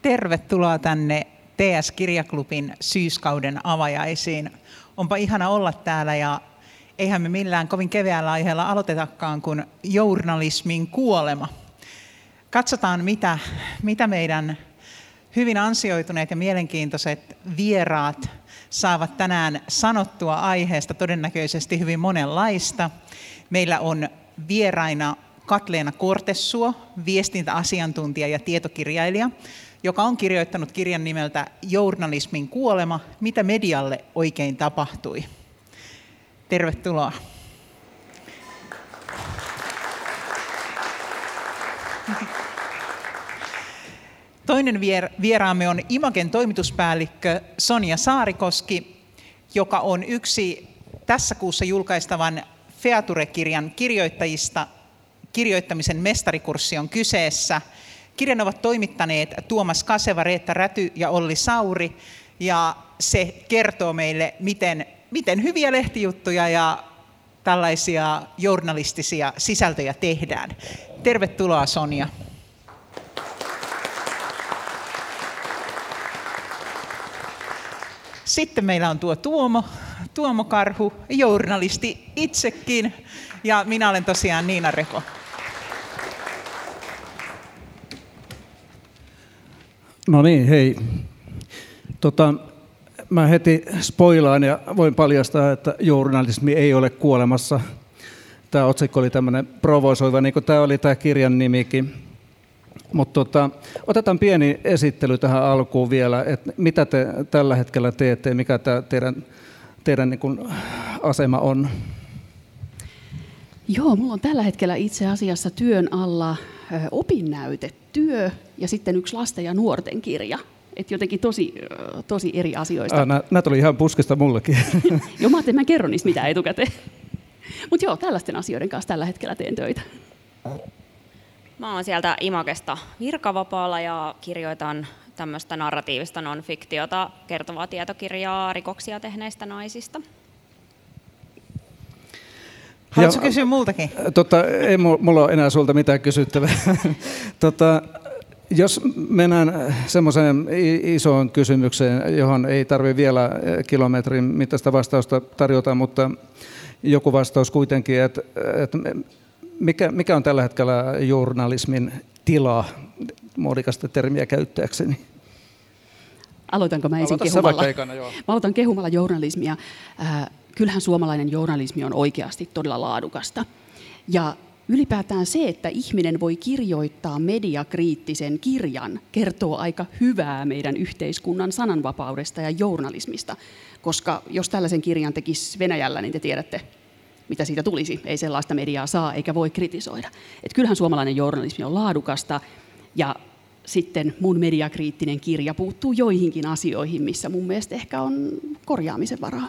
tervetuloa tänne TS-kirjaklubin syyskauden avajaisiin. Onpa ihana olla täällä ja eihän me millään kovin keveällä aiheella aloitetakaan kuin journalismin kuolema. Katsotaan, mitä meidän hyvin ansioituneet ja mielenkiintoiset vieraat saavat tänään sanottua aiheesta, todennäköisesti hyvin monenlaista. Meillä on vieraina Katleena Kortesuo, viestintäasiantuntija ja tietokirjailija, joka on kirjoittanut kirjan nimeltä Journalismin kuolema, mitä medialle oikein tapahtui. Tervetuloa. Toinen vieraamme on Imagen toimituspäällikkö Sonja Saarikoski, joka on yksi tässä kuussa julkaistavan Feature-kirjan kirjoittajista. Kirjoittamisen mestarikurssi on kyseessä. Kirjan ovat toimittaneet Tuomas Kaseva, Reetta Räty ja Olli Sauri, ja se kertoo meille, miten hyviä lehtijuttuja ja tällaisia journalistisia sisältöjä tehdään. Tervetuloa, Sonja. Sitten meillä on Tuomo Karhu, journalisti itsekin, ja minä olen tosiaan Niina Reko. No niin, hei. Mä heti spoilaan ja voin paljastaa, että journalismi ei ole kuolemassa. Tämä otsikko oli tämmöinen provosoiva, niin kuin tämä oli tämä kirjan nimikin. Mutta otetaan pieni esittely tähän alkuun vielä, että mitä te tällä hetkellä teette ja mikä tämä teidän niin kuin asema on? Joo, mulla on tällä hetkellä itse asiassa työn alla opinnäytetyö ja sitten yksi lasten ja nuorten kirja. Että jotenkin tosi eri asioista. Nämä tuli ihan puskista mullekin. Joo, mä ajattelin, että mä en kerro niistä mitään etukäteen. Mutta joo, tällaisten asioiden kanssa tällä hetkellä teen töitä. Mä oon sieltä Imagesta virkavapaalla ja kirjoitan tämmöistä narratiivista non-fiktiota kertovaa tietokirjaa rikoksia tehneistä naisista. Haluatko kysyä multakin? Ei mulla ole enää sulta mitään kysyttävää. Jos mennään semmoiseen isoon kysymykseen, johon ei tarvitse vielä kilometrin mittaista vastausta tarjota, mutta joku vastaus kuitenkin, että mikä on tällä hetkellä journalismin tila, muodikasta termiä käyttääkseni? Aloitanko mä ensin kehumalla? Mä aloitan kehumalla journalismia. Kyllähän suomalainen journalismi on oikeasti todella laadukasta. Ja ylipäätään se, että ihminen voi kirjoittaa mediakriittisen kirjan, kertoo aika hyvää meidän yhteiskunnan sananvapaudesta ja journalismista. Koska jos tällaisen kirjan tekisi Venäjällä, niin te tiedätte, mitä siitä tulisi. Ei sellaista mediaa saa eikä voi kritisoida. Et kyllähän suomalainen journalismi on laadukasta ja sitten mun mediakriittinen kirja puuttuu joihinkin asioihin, missä mun mielestä ehkä on korjaamisen varaa.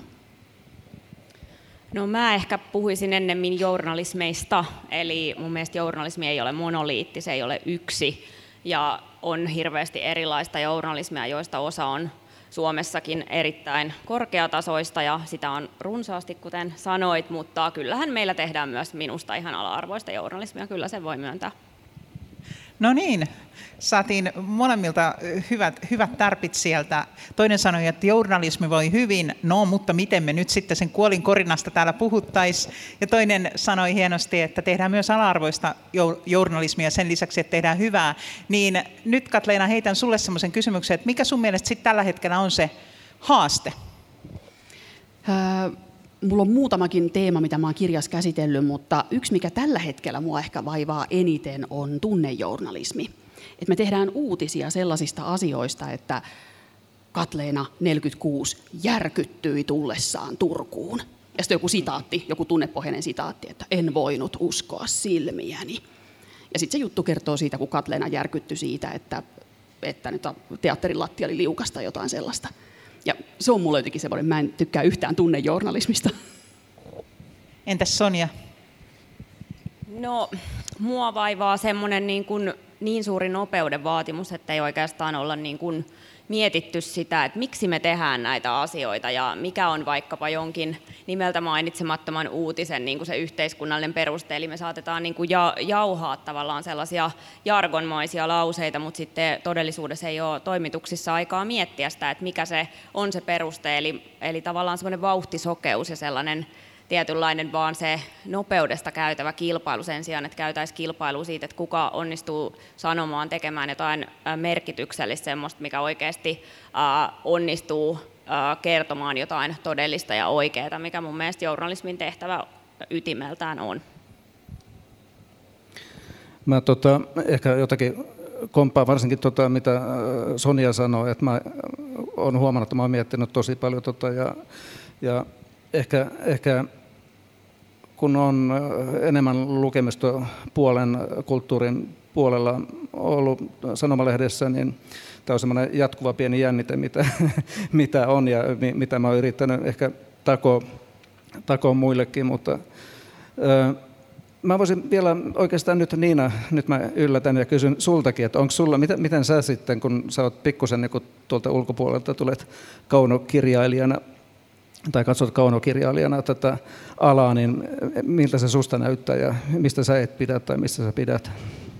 No mä ehkä puhuisin ennemmin journalismeista, eli mun mielestä journalismi ei ole monoliitti, se ei ole yksi, ja on hirveästi erilaista journalismia, joista osa on Suomessakin erittäin korkeatasoista, ja sitä on runsaasti, kuten sanoit, mutta kyllähän meillä tehdään myös minusta ihan ala-arvoista journalismia, kyllä se voi myöntää. No niin, saatiin molemmilta hyvät tärpit sieltä. Toinen sanoi, että journalismi voi hyvin, no mutta miten me nyt sitten sen kuolinkorinasta täällä puhuttaisiin. Ja toinen sanoi hienosti, että tehdään myös ala-arvoista journalismia sen lisäksi, että tehdään hyvää. Niin nyt Katleena heitän sulle semmoisen kysymyksen, että mikä sun mielestä sitten tällä hetkellä on se haaste? Mulla on muutamakin teema, mitä mä oon kirjassa käsitellyt, mutta yksi, mikä tällä hetkellä mua ehkä vaivaa eniten, on tunnejournalismi. Et me tehdään uutisia sellaisista asioista, että Katleena 46 järkyttyi tullessaan Turkuun. Ja sitten joku sitaatti, joku tunnepohjainen sitaatti, että en voinut uskoa silmiäni. Ja sitten se juttu kertoo siitä, kun Katleena järkyttyi siitä, että nyt teatterin lattia oli liukasta jotain sellaista. Ja se on mulle jotenkin semmoinen, mä en tykkää yhtään tunnejournalismista. Entäs Sonja? No, mua vaivaa semmoinen niin kuin niin suuri nopeuden vaatimus, että ei oikeastaan olla niin kuin mietitty sitä, että miksi me tehdään näitä asioita ja mikä on vaikkapa jonkin nimeltä mainitsemattoman uutisen niin kuin se yhteiskunnallinen peruste. Eli me saatetaan niin kuin jauhaa tavallaan sellaisia jargonmaisia lauseita, mutta sitten todellisuudessa ei ole toimituksissa aikaa miettiä sitä, että mikä se on se peruste. Eli tavallaan semmoinen vauhtisokeus ja sellainen tietynlainen vaan se nopeudesta käytävä kilpailu sen sijaan, että käytäisiin kilpailua siitä, että kuka onnistuu sanomaan, tekemään jotain merkityksellistä, semmoista, mikä oikeasti onnistuu kertomaan jotain todellista ja oikeaa, mikä mun mielestä journalismin tehtävä ytimeltään on. Mä ehkä jotakin komppaan varsinkin mitä Sonja sanoi, että mä oon huomannut, että mä oon miettinyt tosi paljon ja ehkä kun on enemmän lukemistopuolen, kulttuurin puolella ollut sanomalehdessä, niin tämä on semmoinen jatkuva pieni jännite, mitä on ja mitä mä oon yrittänyt ehkä takoa muillekin, mutta mä voisin vielä oikeastaan Niina, nyt mä yllätän ja kysyn sultakin, että onko sulla, miten sä sitten, kun sä oot pikkusen niin kun tuolta ulkopuolelta tulet kaunokirjailijana, tai katsot kaunokirjailijana tätä alaa, niin miltä se susta näyttää ja mistä sä et pidä tai mistä sä pidät?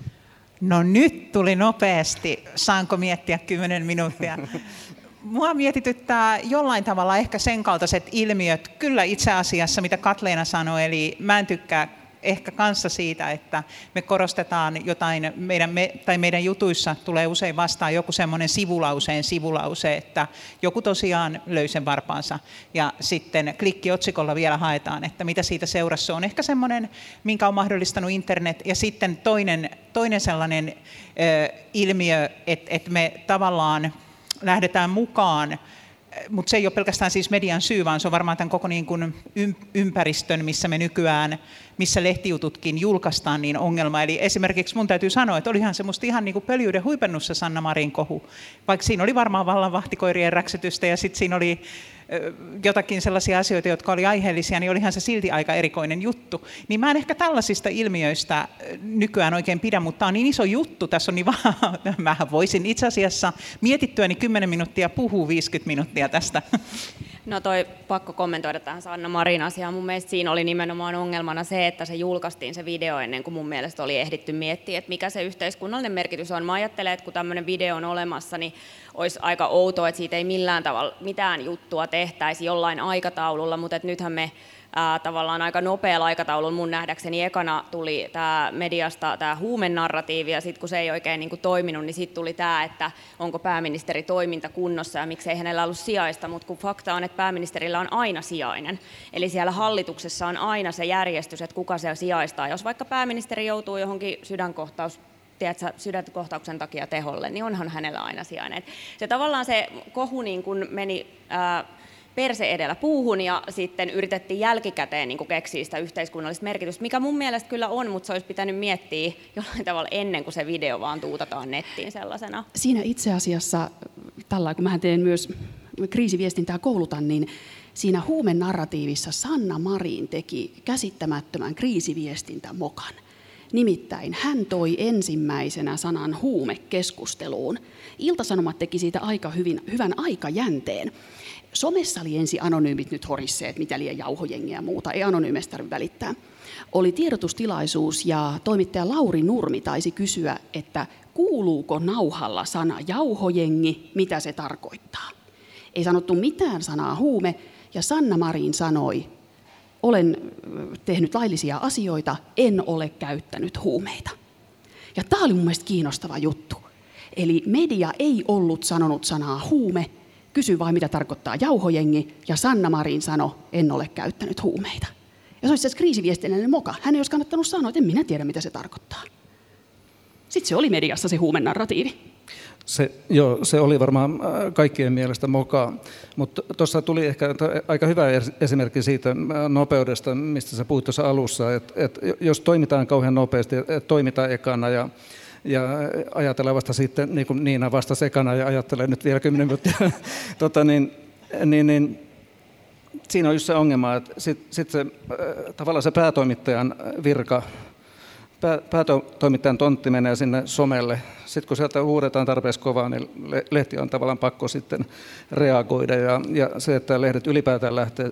No nyt tuli nopeasti. Saanko miettiä 10 minuuttia? Mua mietityttää jollain tavalla ehkä sen kaltaiset ilmiöt. Kyllä itse asiassa, mitä Katleena sanoi, eli mä en tykkää ehkä kanssa siitä, että me korostetaan jotain, meidän jutuissa tulee usein vastaan joku semmoinen sivulause, että joku tosiaan löi sen varpaansa ja sitten klikkiotsikolla vielä haetaan, että mitä siitä seurasi. Se on ehkä semmoinen, minkä on mahdollistanut internet ja sitten toinen sellainen ilmiö, että me tavallaan lähdetään mukaan, mutta se ei ole pelkästään siis median syy, vaan se on varmaan tämän koko niin kuin ympäristön, missä me nykyään, missä lehtijututkin julkaistaan, niin ongelma. Eli esimerkiksi mun täytyy sanoa, että olihan se musta ihan niin kuin pöljyyden huipennus se Sanna Marin kohu, vaikka siinä oli varmaan vallanvahtikoirien räksytystä ja sitten siinä oli jotakin sellaisia asioita, jotka oli aiheellisia, niin olihan se silti aika erikoinen juttu. Niin mä en ehkä tällaisista ilmiöistä nykyään oikein pidä, mutta tämä on niin iso juttu, tässä on niin mä voisin itse asiassa mietittyäni 10 minuuttia puhua 50 minuuttia tästä. No pakko kommentoida tähän Sanna Marin asiaan. Mun mielestä siinä oli nimenomaan ongelmana se, että se julkaistiin se video ennen kuin mun mielestä oli ehditty miettiä, että mikä se yhteiskunnallinen merkitys on. Mä ajattelen, että kun tämmöinen video on olemassa, niin olisi aika outoa, että siitä ei millään tavalla mitään juttua tehtäisi jollain aikataululla, mutta että nythän me tavallaan aika nopealla aikataululla mun nähdäkseni ekana tuli tämä mediasta tämä huumenarratiivi ja sitten kun se ei oikein niin kuin toiminut, niin sitten tuli tämä, että onko pääministeri toiminta kunnossa ja miksei hänellä ollut sijaista, mutta kun fakta on, että pääministerillä on aina sijainen, eli siellä hallituksessa on aina se järjestys, että kuka se sijaistaa. Jos vaikka pääministeri joutuu johonkin sydänkohtauksen takia teholle, niin onhan hänellä aina sijainen. Se tavallaan se kohu niin kuin meni perse edellä puuhun ja sitten yritettiin jälkikäteen niin kuin keksiä sitä yhteiskunnallista merkitystä, mikä mun mielestä kyllä on, mutta se olisi pitänyt miettiä jollain tavalla ennen kuin se video vaan tuutataan nettiin sellaisena. Siinä itse asiassa, tällä kun mä teen myös kriisiviestintää koulutan, niin siinä huumenarratiivissa Sanna Marin teki käsittämättömän kriisiviestintämokan. Nimittäin hän toi ensimmäisenä sanan huume keskusteluun. Ilta-Sanomat teki siitä aika hyvän aikajänteen. Somessa oli ensin anonyymit nyt horisseet, mitä liian jauhojengiä ja muuta, ei anonyymeistä tarvitse välittää. Oli tiedotustilaisuus ja toimittaja Lauri Nurmi taisi kysyä, että kuuluuko nauhalla sana jauhojengi, mitä se tarkoittaa. Ei sanottu mitään sanaa huume ja Sanna Marin sanoi, olen tehnyt laillisia asioita, en ole käyttänyt huumeita. Ja tämä oli mun mielestä kiinnostava juttu. Eli media ei ollut sanonut sanaa huume, kysyi vain mitä tarkoittaa jauhojengi, ja Sanna Marin sanoi, en ole käyttänyt huumeita. Ja se olisi se kriisiviestinnällinen moka. Hän ei olisi kannattanut sanoa, että en minä tiedä mitä se tarkoittaa. Sitten se oli mediassa se huumennarratiivi. Se oli varmaan kaikkien mielestä mokaa, mutta tuossa tuli ehkä aika hyvä esimerkki siitä nopeudesta, mistä sä puhuit tuossa alussa, että jos toimitaan kauhean nopeasti, että toimitaan ekana ja ajatellaan vasta sitten, niin kuin Niina vasta ekana ja ajattelee nyt vielä 10 minuuttia, niin siinä on just se ongelma, että sit se, tavallaan se päätoimittajan virka päätoimittajan tontti menee sinne somelle. Sitten kun sieltä huudetaan tarpeeksi kovaa, niin lehti on tavallaan pakko sitten reagoida. Ja se, että lehdet ylipäätään lähtee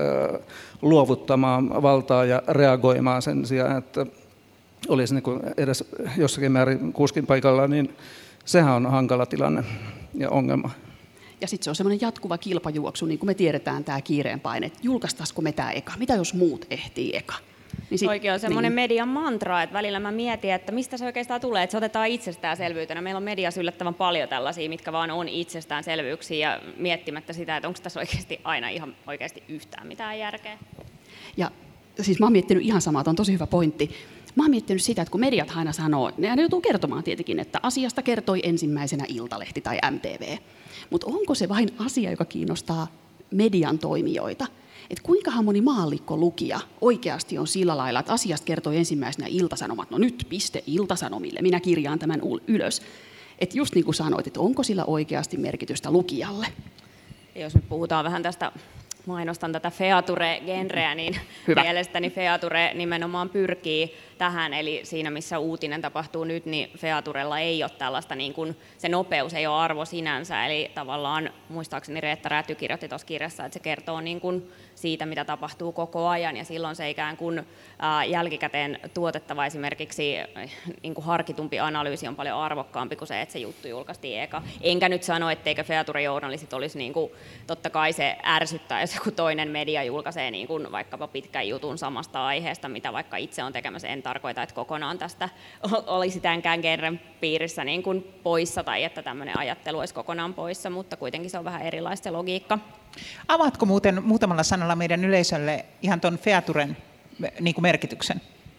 luovuttamaan valtaa ja reagoimaan sen sijaan, että olisi niin kuin edes jossakin määrin kuskin paikalla, niin sehän on hankala tilanne ja ongelma. Ja sitten se on semmoinen jatkuva kilpajuoksu, niin kuin me tiedetään tämä kiireen paine, että julkaistaisiko me tämä eka, mitä jos muut ehtii eka. Niin oikein on semmoinen median mantra, että välillä mä mietin, että mistä se oikeastaan tulee, että se otetaan itsestäänselvyytenä. Meillä on mediassa yllättävän paljon tällaisia, mitkä vaan on itsestäänselvyyksiä ja miettimättä sitä, että onko tässä oikeasti aina ihan oikeasti yhtään mitään järkeä. Ja siis mä oon miettinyt ihan samaa, tämä on tosi hyvä pointti. Mä oon miettinyt sitä, että kun mediat aina sanoo, ne joutuu kertomaan tietenkin, että asiasta kertoi ensimmäisenä Iltalehti tai MTV. Mutta onko se vain asia, joka kiinnostaa median toimijoita? Että kuinkahan moni maallikkolukija oikeasti on sillä lailla, että asiasta kertoi ensimmäisenä Ilta-Sanomat, no nyt piste Ilta-Sanomille, minä kirjaan tämän ylös. Että just niin kuin sanoit, että onko sillä oikeasti merkitystä lukijalle? Ja jos nyt puhutaan vähän tästä, mainostan tätä feature-genreä, niin hyvä. Mielestäni feature nimenomaan pyrkii tähän, eli siinä missä uutinen tapahtuu nyt, niin featurella ei ole tällaista, niin kuin, se nopeus ei ole arvo sinänsä, eli tavallaan muistaakseni Reetta Räty kirjoitti tuossa kirjassa, että se kertoo niin kuin siitä, mitä tapahtuu koko ajan, ja silloin se ikään kuin jälkikäteen tuotettava esimerkiksi niin kuin harkitumpi analyysi on paljon arvokkaampi kuin se, että se juttu julkaistiin eka. Enkä nyt sano, etteikö feature-journalistit olisi, niin kuin, totta kai se ärsyttää, jos joku toinen media julkaisee niin kuin vaikkapa pitkän jutun samasta aiheesta, mitä vaikka itse on tekemässä. En tarkoita, että kokonaan tästä olisi tämänkään genren piirissä niin kuin poissa tai että tämmöinen ajattelu olisi kokonaan poissa, mutta kuitenkin se on vähän erilaista logiikka. Avaatko muuten muutamalla sanalla meidän yleisölle ihan tuon featuren niin kuin merkityksen?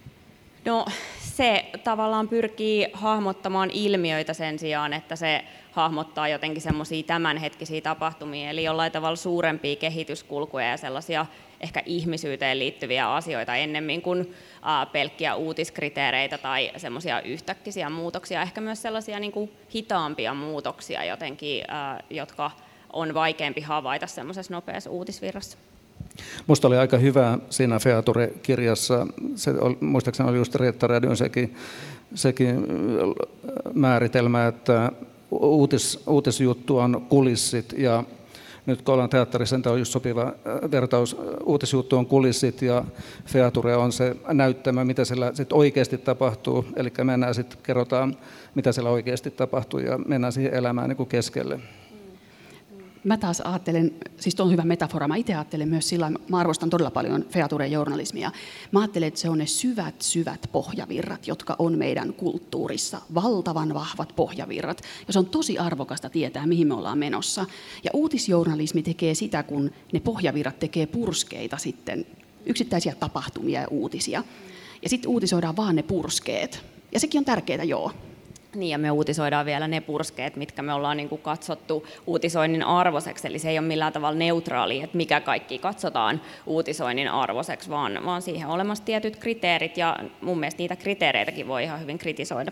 No se tavallaan pyrkii hahmottamaan ilmiöitä sen sijaan, että se hahmottaa jotenkin semmoisia tämänhetkisiä tapahtumia, eli jollain tavalla suurempia kehityskulkuja ja sellaisia ehkä ihmisyyteen liittyviä asioita ennemmin kuin pelkkiä uutiskriteereitä tai semmoisia yhtäkkisiä muutoksia, ehkä myös sellaisia niin kuin hitaampia muutoksia jotenkin, jotka on vaikeampi havaita semmoisessa nopeassa uutisvirrassa. Minusta oli aika hyvä siinä Feature-kirjassa, muistaakseni oli just Reetta Rädyn sekin määritelmä, että uutisjuttu on kulissit, ja nyt kun ollaan teatterissa, tämä on just sopiva vertaus, uutisjuttu on kulissit ja Feature on se näyttämö, mitä siellä sitten oikeasti tapahtuu, eli mennään sitten, kerrotaan, mitä siellä oikeasti tapahtuu, ja mennään siihen elämään niin kuin keskelle. Mä taas ajattelen, siis tuo on hyvä metafora, mä itse ajattelen myös sillä, mä arvostan todella paljon feature-journalismia. Mä ajattelen, että se on ne syvät pohjavirrat, jotka on meidän kulttuurissa, valtavan vahvat pohjavirrat. Ja se on tosi arvokasta tietää, mihin me ollaan menossa. Ja uutisjournalismi tekee sitä, kun ne pohjavirrat tekee purskeita sitten, yksittäisiä tapahtumia ja uutisia. Ja sitten uutisoidaan vaan ne purskeet. Ja sekin on tärkeää, joo. Niin, ja me uutisoidaan vielä ne purskeet, mitkä me ollaan niin kuin katsottu uutisoinnin arvoiseksi, eli se ei ole millään tavalla neutraali, että mikä kaikki katsotaan uutisoinnin arvoiseksi, vaan siihen on olemassa tietyt kriteerit, ja mun mielestä niitä kriteereitäkin voi ihan hyvin kritisoida.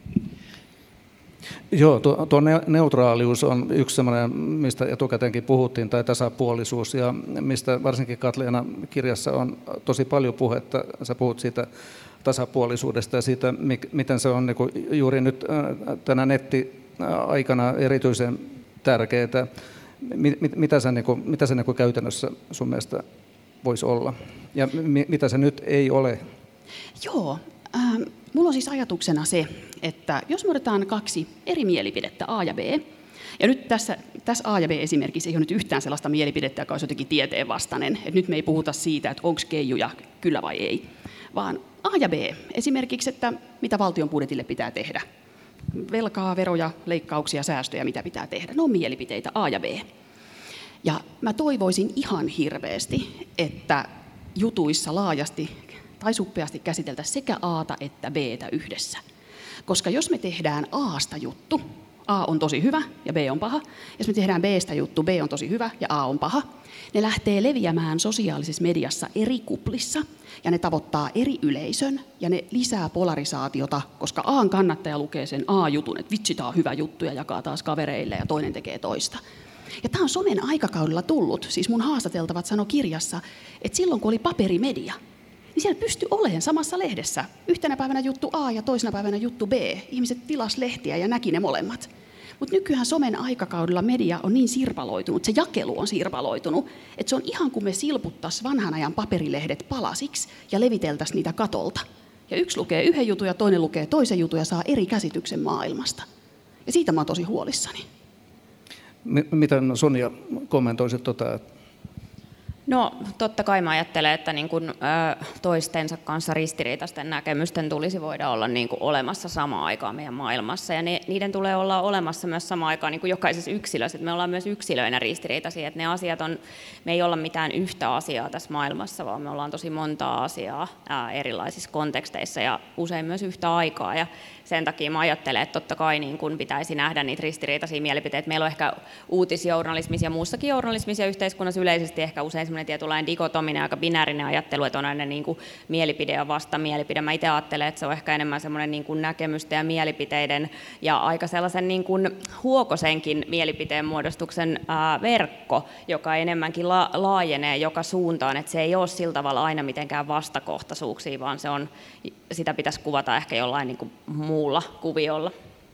Joo, tuo neutraalius on yksi sellainen, mistä etukäteenkin puhuttiin, tai tasapuolisuus, ja mistä varsinkin Katleena kirjassa on tosi paljon puhetta. Sä puhut siitä tasapuolisuudesta ja siitä, miten se on niin kuin juuri nyt tänä nettiaikana erityisen tärkeää. Mitä se niin kuin käytännössä sun mielestä voisi olla ja mitä se nyt ei ole? Joo, mulla on siis ajatuksena se, että jos me otetaan kaksi eri mielipidettä, A ja B, ja nyt tässä A ja B esimerkiksi ei ole nyt yhtään sellaista mielipidettä, joka olisi jotenkin tieteenvastainen, että nyt me ei puhuta siitä, että onko keijuja kyllä vai ei, vaan A ja B, esimerkiksi, että mitä valtion budjetille pitää tehdä. Velkaa, veroja, leikkauksia, säästöjä, mitä pitää tehdä. Ne on mielipiteitä A ja B. Ja mä toivoisin ihan hirveästi, että jutuissa laajasti tai suppeasti käsiteltäisiin sekä A:ta että B:tä yhdessä. Koska jos me tehdään A:sta juttu, A on tosi hyvä ja B on paha. Jos me tehdään B:stä juttu, B on tosi hyvä ja A on paha. Ne lähtee leviämään sosiaalisessa mediassa eri kuplissa ja ne tavoittaa eri yleisön ja ne lisää polarisaatiota, koska A:n kannattaja lukee sen A-jutun, että vitsi, tää on hyvä juttu ja jakaa taas kavereille ja toinen tekee toista. Ja tämä on somen aikakaudella tullut, siis mun haastateltavat sanoi kirjassa, että silloin kun oli paperimedia, niin siellä pystyi olemaan samassa lehdessä. Yhtenä päivänä juttu A ja toisena päivänä juttu B. Ihmiset tilas lehtiä ja näki ne molemmat. Mutta nykyään somen aikakaudella media on niin sirpaloitunut, se jakelu on sirpaloitunut, että se on ihan kuin me silputtaisiin vanhan ajan paperilehdet palasiksi ja leviteltäisiin niitä katolta. Ja yksi lukee yhden jutun ja toinen lukee toisen jutun ja saa eri käsityksen maailmasta. Ja siitä mä oon tosi huolissani. Miten Sonja kommentoisit tuota? No totta kai mä ajattelen, että niin kun, toistensa kanssa ristiriitaisten näkemysten tulisi voida olla niin kun olemassa samaan aikaan meidän maailmassa. Ja niiden tulee olla olemassa myös samaan aikaan niin kuin jokaisessa yksilössä. Että me ollaan myös yksilöinä ristiriitaisia. Että ne asiat me ei olla mitään yhtä asiaa tässä maailmassa, vaan me ollaan tosi montaa asiaa erilaisissa konteksteissa ja usein myös yhtä aikaa. Ja sen takia mä ajattelen, että totta kai niin kun pitäisi nähdä niitä ristiriitaisia mielipiteitä. Meillä on ehkä uutisjournalismissa ja muussakin journalismissa ja yhteiskunnassa yleisesti ehkä usein semmoinen tietynlainen dikotominen, aika binäärinen ajattelu, että on aina niin kuin mielipide ja vastamielipide. Mä itse ajattelen, että se on ehkä enemmän semmoinen niin kuin näkemysten ja mielipiteiden ja aika sellaisen niin kuin huokosenkin mielipiteen muodostuksen verkko, joka enemmänkin laajenee joka suuntaan. Että se ei ole sillä tavalla aina mitenkään vastakohtaisuuksia, vaan sitä pitäisi kuvata ehkä jollain niin kuin muulla kuviolla.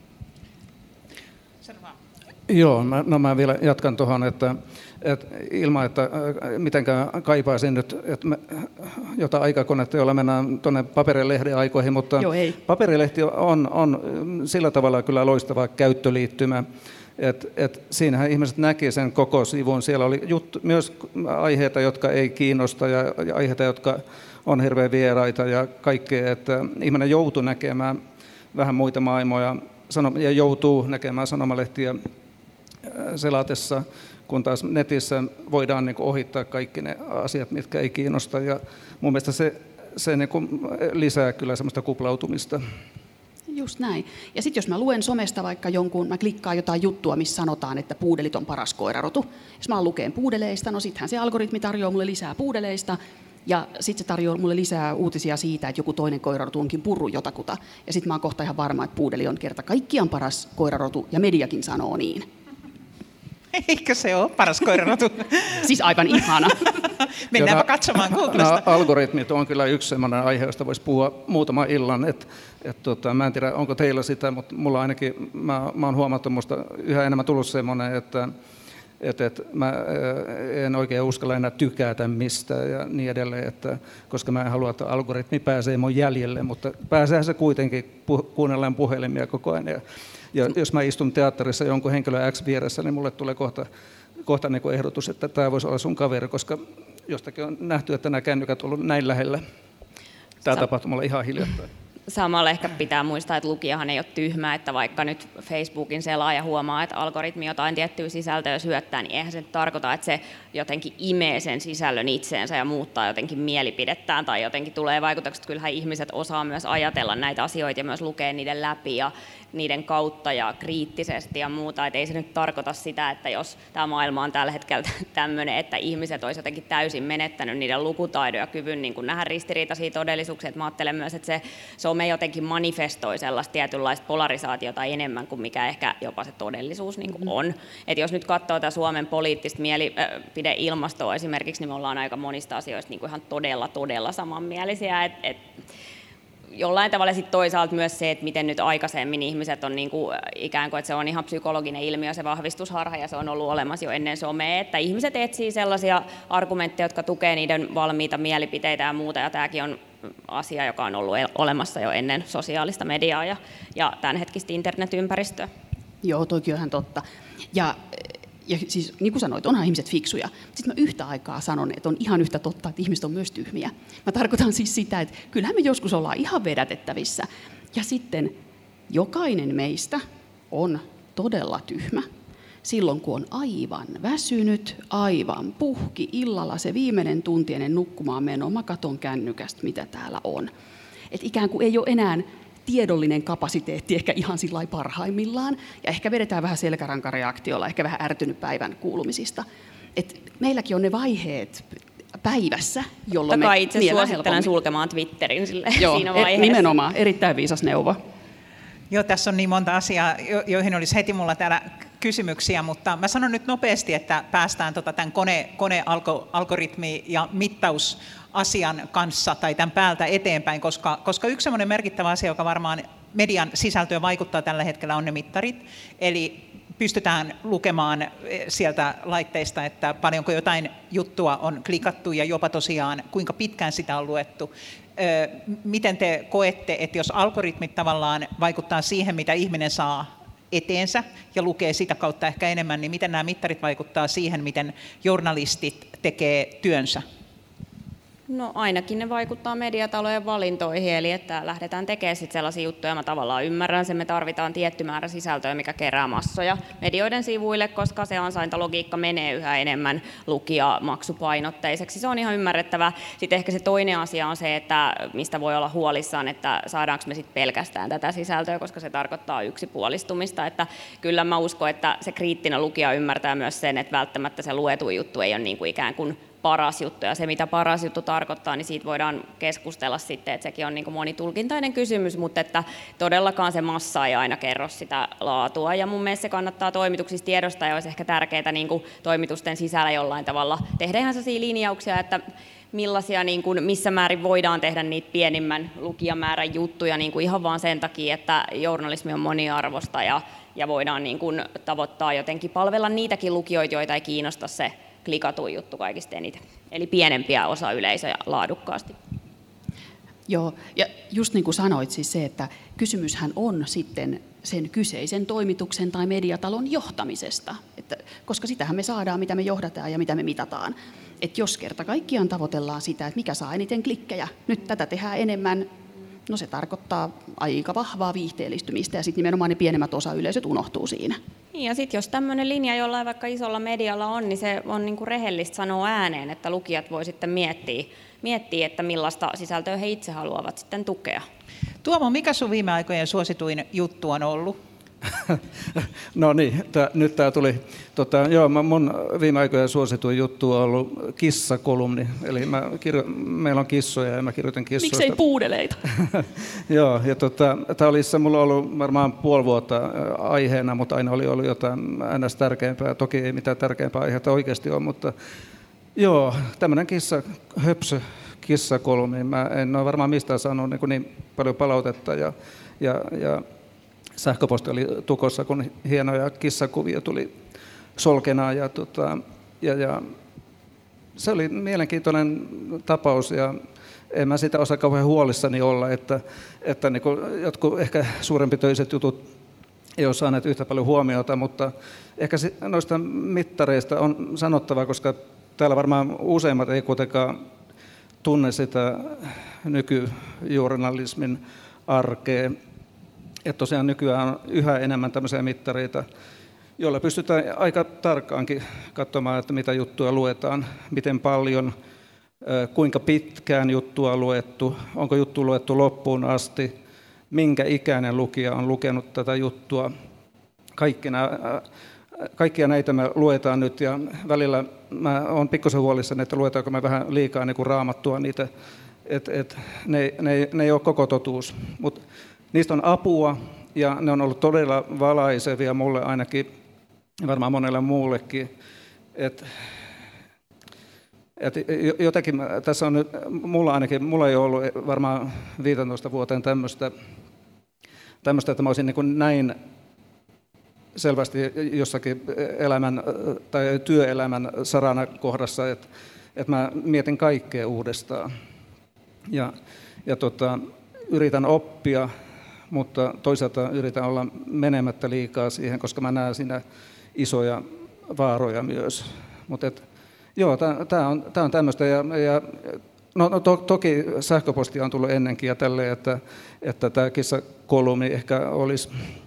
Joo, mä vielä jatkan tuohon, että ilman, että mitenkään kaipaisin nyt jota aikakonetta, jolla mennään tuonne paperilehden aikoihin, mutta paperilehti on sillä tavalla kyllä loistava käyttöliittymä, että siinähän ihmiset näki sen koko sivun. Siellä oli myös aiheita, jotka ei kiinnosta ja aiheita, jotka on hirveän vieraita ja kaikkea, että ihminen joutuu näkemään vähän muita maailmoja ja joutuu näkemään sanomalehtiä selatessa, kun taas netissä voidaan niin kuin ohittaa kaikki ne asiat, mitkä ei kiinnosta. Ja mun mielestä se niin kuin lisää kyllä semmoista kuplautumista. Just näin. Ja sitten jos mä luen somesta vaikka mä klikkaan jotain juttua, missä sanotaan, että puudelit on paras koirarotu. Jos mä lukeen puudeleista, no sittenhän se algoritmi tarjoaa mulle lisää puudeleista. Ja sitten se tarjoaa mulle lisää uutisia siitä, että joku toinen koirarotu onkin purru jotakuta. Ja sitten mä oon kohta ihan varma, että puudeli on kerta kaikkiaan paras koirarotu, ja mediakin sanoo niin. Eikö se ole paras koirarotu? Siis aivan ihana. Mennäänpä katsomaan Googlesta. Algoritmit on kyllä yksi sellainen aihe, josta voisi puhua muutaman illan. Mä en tiedä, onko teillä sitä, mutta mulla ainakin, mä oon huomannut, musta yhä enemmän tullut semmoinen, että mä en oikein uskalla enää tykätä mistään ja niin edelleen, koska mä en halua, että algoritmi pääsee mun jäljelle, mutta pääseehän se kuitenkin kuunnellaan puhelimia koko ajan. Ja jos mä istun teatterissa jonkun henkilö X vieressä, niin mulle tulee kohta niin kuin ehdotus, että tämä voisi olla sun kaveri, koska jostakin on nähty, että nämä kännykät on ollut näin lähellä. Tämä tapahtui mulle ihan hiljattain. Samalla ehkä pitää muistaa, että lukijahan ei ole tyhmä, että vaikka nyt Facebookin selaaja huomaa, että algoritmi jotain tiettyä sisältöä syöttää, niin eihän se tarkoita, että se jotenkin imee sen sisällön itseensä ja muuttaa jotenkin mielipidettään tai jotenkin tulee vaikutukset. Kyllähän ihmiset osaa myös ajatella näitä asioita ja myös lukea niiden läpi ja niiden kautta ja kriittisesti ja muuta. Et ei se nyt tarkoita sitä, että jos tämä maailma on tällä hetkellä tämmöinen, että ihmiset olisi jotenkin täysin menettänyt niiden lukutaidon ja kyvyn niin kuin nähdä ristiriitaisia todellisuuksia. Et mä ajattelen myös, että se some jotenkin manifestoi sellaista tietynlaista polarisaatiota enemmän kuin mikä ehkä jopa se todellisuus niin kuin on. Et jos nyt katsoo tätä Suomen poliittista mielipideilmastoa esimerkiksi, niin me ollaan aika monista asioista niin kuin ihan todella samanmielisiä. Jollain tavalla sitten toisaalta myös se, että miten nyt aikaisemmin ihmiset on niin kuin, ikään kuin, että se on ihan psykologinen ilmiö, se vahvistusharha, ja se on ollut olemassa jo ennen somea, että ihmiset etsii sellaisia argumentteja, jotka tukee niiden valmiita mielipiteitä ja muuta, ja tämäkin on asia, joka on ollut olemassa jo ennen sosiaalista mediaa ja tämänhetkistä internetympäristöä. Joo, toikin on ihan totta. Ja siis niin kuin sanoit, onhan ihmiset fiksuja. Sitten mä yhtä aikaa sanon, että on ihan yhtä totta, että ihmiset on myös tyhmiä. Mä tarkoitan siis sitä, että kyllähän me joskus ollaan ihan vedätettävissä. Ja sitten jokainen meistä on todella tyhmä. Silloin kun on aivan väsynyt, aivan puhki, illalla se viimeinen tunti ennen nukkumaan menoa, mä katon kännykästä, mitä täällä on. Että ikään kuin ei ole enää tiedollinen kapasiteetti ehkä ihan sillai parhaimmillaan, ja ehkä vedetään vähän selkärankareaktiolla, ehkä vähän ärtynyt päivän kuulumisista. Et meilläkin on ne vaiheet päivässä, jolloin me itse suosittelen sulkemaan Twitterin siinä vaiheessa. Nimenomaan, erittäin viisas neuvo. Joo, tässä on niin monta asiaa, joihin olisi heti mulla täällä kysymyksiä, mutta mä sanon nyt nopeasti, että päästään tämän konealgoritmi- ja mittausasian kanssa tai tämän päältä eteenpäin, koska yksi semmoinen merkittävä asia, joka varmaan median sisältöön vaikuttaa tällä hetkellä, on ne mittarit. Eli pystytään lukemaan sieltä laitteista, että paljonko jotain juttua on klikattu ja jopa tosiaan kuinka pitkään sitä on luettu. Miten te koette, että jos algoritmit tavallaan vaikuttaa siihen, mitä ihminen saa eteensä ja lukee sitä kautta ehkä enemmän, niin miten nämä mittarit vaikuttaa siihen, miten journalistit tekee työnsä? No ainakin ne vaikuttaa mediatalojen valintoihin, eli että lähdetään tekemään sit sellaisia juttuja, mä tavallaan ymmärrän sen, me tarvitaan tietty määrä sisältöä, mikä kerää massoja medioiden sivuille, koska se ansaintalogiikka menee yhä enemmän lukija-maksupainotteiseksi. Se on ihan ymmärrettävää. Sitten ehkä se toinen asia on se, että mistä voi olla huolissaan, että saadaanko me sitten pelkästään tätä sisältöä, koska se tarkoittaa yksipuolistumista. Että kyllä mä uskon, että se kriittinen lukija ymmärtää myös sen, että välttämättä se luetu juttu ei ole niin kuin ikään kuin paras juttu, ja se mitä paras juttu tarkoittaa, niin siitä voidaan keskustella sitten, että sekin on niin kuin monitulkintainen kysymys, mutta että todellakaan se massa ei aina kerro sitä laatua, ja mun mielestä se kannattaa toimituksissa tiedostaa, ja olisi ehkä tärkeää niin kuin toimitusten sisällä jollain tavalla tehdä ihan sellaisia linjauksia, että millaisia, niin kuin, missä määrin voidaan tehdä niitä pienimmän lukijamäärän juttuja niin kuin ihan vaan sen takia, että journalismi on moniarvosta, ja voidaan niin kuin tavoittaa jotenkin palvella niitäkin lukijoita, joita ei kiinnosta se klikatuin juttu kaikista eniten. Eli pienempiä osa yleisöjä laadukkaasti. Joo, ja just niin kuin sanoit, siis se, että kysymyshän on sitten sen kyseisen toimituksen tai mediatalon johtamisesta, koska sitähän me saadaan, mitä me johdataan ja mitä me mitataan. Että jos kerta kaikkiaan tavoitellaan sitä, että mikä saa eniten klikkejä, nyt tätä tehdään enemmän, no se tarkoittaa aika vahvaa viihteellistymistä, ja sitten nimenomaan ne pienemmät osayleisöt unohtuu siinä. Niin, ja sitten jos tämmöinen linja jollain vaikka isolla medialla on, niin se on niinku rehellistä sanoa ääneen, että lukijat voi sitten miettiä, että millaista sisältöä he itse haluavat sitten tukea. Tuomo, mikä sun viime aikojen suosituin juttu on ollut? No niin, nyt tämä tuli. Mun viime aikojen suosituin juttu on ollut kissakolumni. Eli meillä on kissoja ja mä kirjoitan kissoista. Miksei puudeleita? Joo, ja tämä oli mulla ollut varmaan puoli vuotta aiheena, mutta aina oli ollut jotain ns. Tärkeämpää. Toki ei mitään tärkeämpää aiheita oikeasti ole, mutta joo, tämmöinen kissakolumni. Mä en ole varmaan mistään saanut niin paljon palautetta ja sähköposti oli tukossa, kun hienoja kissakuvia tuli solkenaan ja se oli mielenkiintoinen tapaus ja en mä sitä osaa kauhean huolissani olla, että niin kuin jotkut ehkä suurempitöiset jutut ei ole saaneet yhtä paljon huomiota, mutta ehkä noista mittareista on sanottava, koska täällä varmaan useimmat ei kuitenkaan tunne sitä nykyjournalismin arkea. Että tosiaan nykyään on yhä enemmän tämmöisiä mittareita, joilla pystytään aika tarkkaankin katsomaan, että mitä juttua luetaan, miten paljon, kuinka pitkään juttua on luettu, onko juttu luettu loppuun asti, minkä ikäinen lukija on lukenut tätä juttua. Kaikkia näitä me luetaan nyt ja välillä mä oon pikkusen huolissani, että luetaanko me vähän liikaa niin kuin raamattua niitä, että ne ei ole koko totuus. Mut niistä on apua ja ne on ollut todella valaisevia mulle ainakin, varmaan monelle muullekin. Jotenkin tässä on nyt, mulla ei ole ollut varmaan 15 vuoteen tämmöistä, että mä olisin niin kuin näin selvästi jossakin elämän tai työelämän sarana kohdassa, että mä mietin kaikkea uudestaan ja yritän oppia, mutta toisaalta yritän olla menemättä liikaa siihen, koska mä näen siinä isoja vaaroja myös. Mutta joo, tämä on tämmöistä. Toki sähköpostia on tullut ennenkin ja tälleen, että tämä kissakolumni ehkä olisi,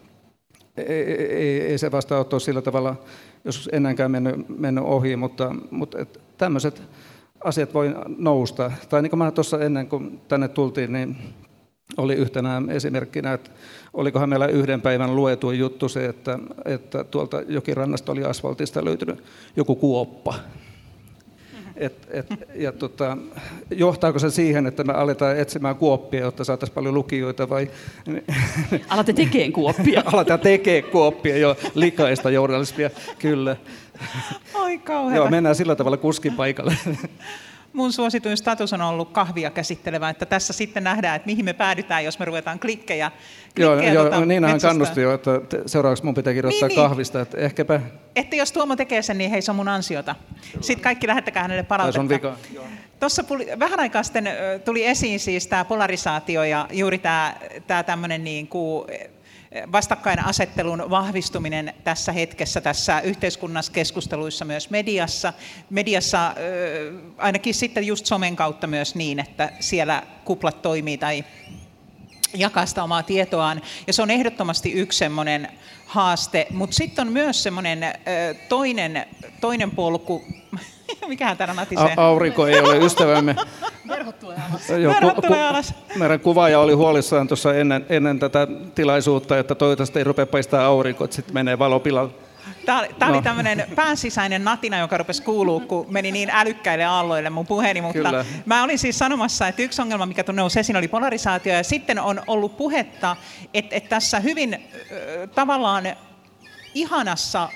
ei se vastaanotto sillä tavalla joskus ennenkään mennyt ohi, mutta tämmöiset asiat voi nousta. Tai niin kuin mä tuossa ennen kuin tänne tultiin, niin oli yhtenä esimerkkinä, että olikohan meillä yhden päivän luetuin juttu se, että tuolta jokirannasta oli asfaltista löytynyt joku kuoppa. Johtaako se siihen, että me aletaan etsimään kuoppia, jotta saataisiin paljon lukijoita vai? Alatte tekemään kuoppia. Aletaan tekemään kuoppia, jo likaista journalismia, kyllä. Oi kauheata. Joo, mennään sillä tavalla kuskin paikalle. Mun suosituin status on ollut kahvia käsittelevä, että tässä sitten nähdään, että mihin me päädytään, jos me ruvetaan klikkejä Joo, Niinahan kannusti jo, että seuraavaksi mun pitää kirjoittaa kahvista, että ehkäpä. Että jos Tuomo tekee sen, niin hei, se on mun ansiota. Sitten kaikki lähettäkää hänelle palautetta. Se on vika. Tuossa vähän aikaa sitten tuli esiin siis tämä polarisaatio ja juuri tämä tämmöinen niin kuin vastakkainasettelun vahvistuminen tässä hetkessä, tässä yhteiskunnassa, keskusteluissa, myös mediassa. Mediassa ainakin sitten just somen kautta myös niin, että siellä kuplat toimii tai jakaa sitä omaa tietoaan. Ja se on ehdottomasti yksi semmoinen haaste, mutta sitten on myös semmoinen toinen polku. Mikähän täällä natisee? Aurinko ei ole ystävämme. Verhot tulee alas. Verhot tulee alas. Meidän kuvaaja oli huolissaan tuossa ennen tätä tilaisuutta, että toivottavasti ei rupea paistaa aurinko, että sitten menee valopilalle. Tämä oli tämmöinen päänsisäinen natina, joka rupesi kuulua, kun meni niin älykkäille aalloille mun puheeni, mutta kyllä. Mä olin siis sanomassa, että yksi ongelma, mikä nousi esiin, oli polarisaatio, ja sitten on ollut puhetta, että tässä hyvin tavallaan ihanassa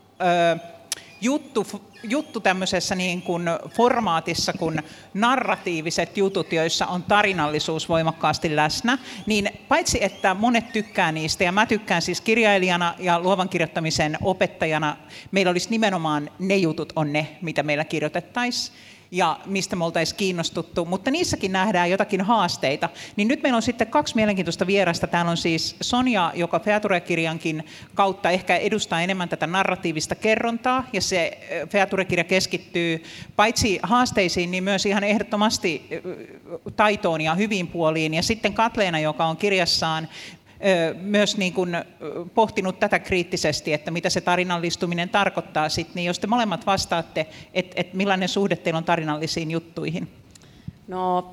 juttu tämmöisessä niin kuin formaatissa kuin narratiiviset jutut, joissa on tarinallisuus voimakkaasti läsnä, niin paitsi että monet tykkää niistä, ja mä tykkään siis kirjailijana ja luovan kirjoittamisen opettajana, meillä olisi nimenomaan ne jutut on ne, mitä meillä kirjoitettaisiin, ja mistä me oltaisiin kiinnostuttu, mutta niissäkin nähdään jotakin haasteita. Niin nyt meillä on sitten 2 mielenkiintoista vierasta. Täällä on siis Sonja, joka Feature-kirjankin kautta ehkä edustaa enemmän tätä narratiivista kerrontaa, ja se Feature-kirja keskittyy paitsi haasteisiin, niin myös ihan ehdottomasti taitoon ja hyviin puoliin. Ja sitten Katleena, joka on kirjassaan myös niin kuin pohtinut tätä kriittisesti, että mitä se tarinallistuminen tarkoittaa sitten, niin jos te molemmat vastaatte, että millainen suhde teillä on tarinallisiin juttuihin? No,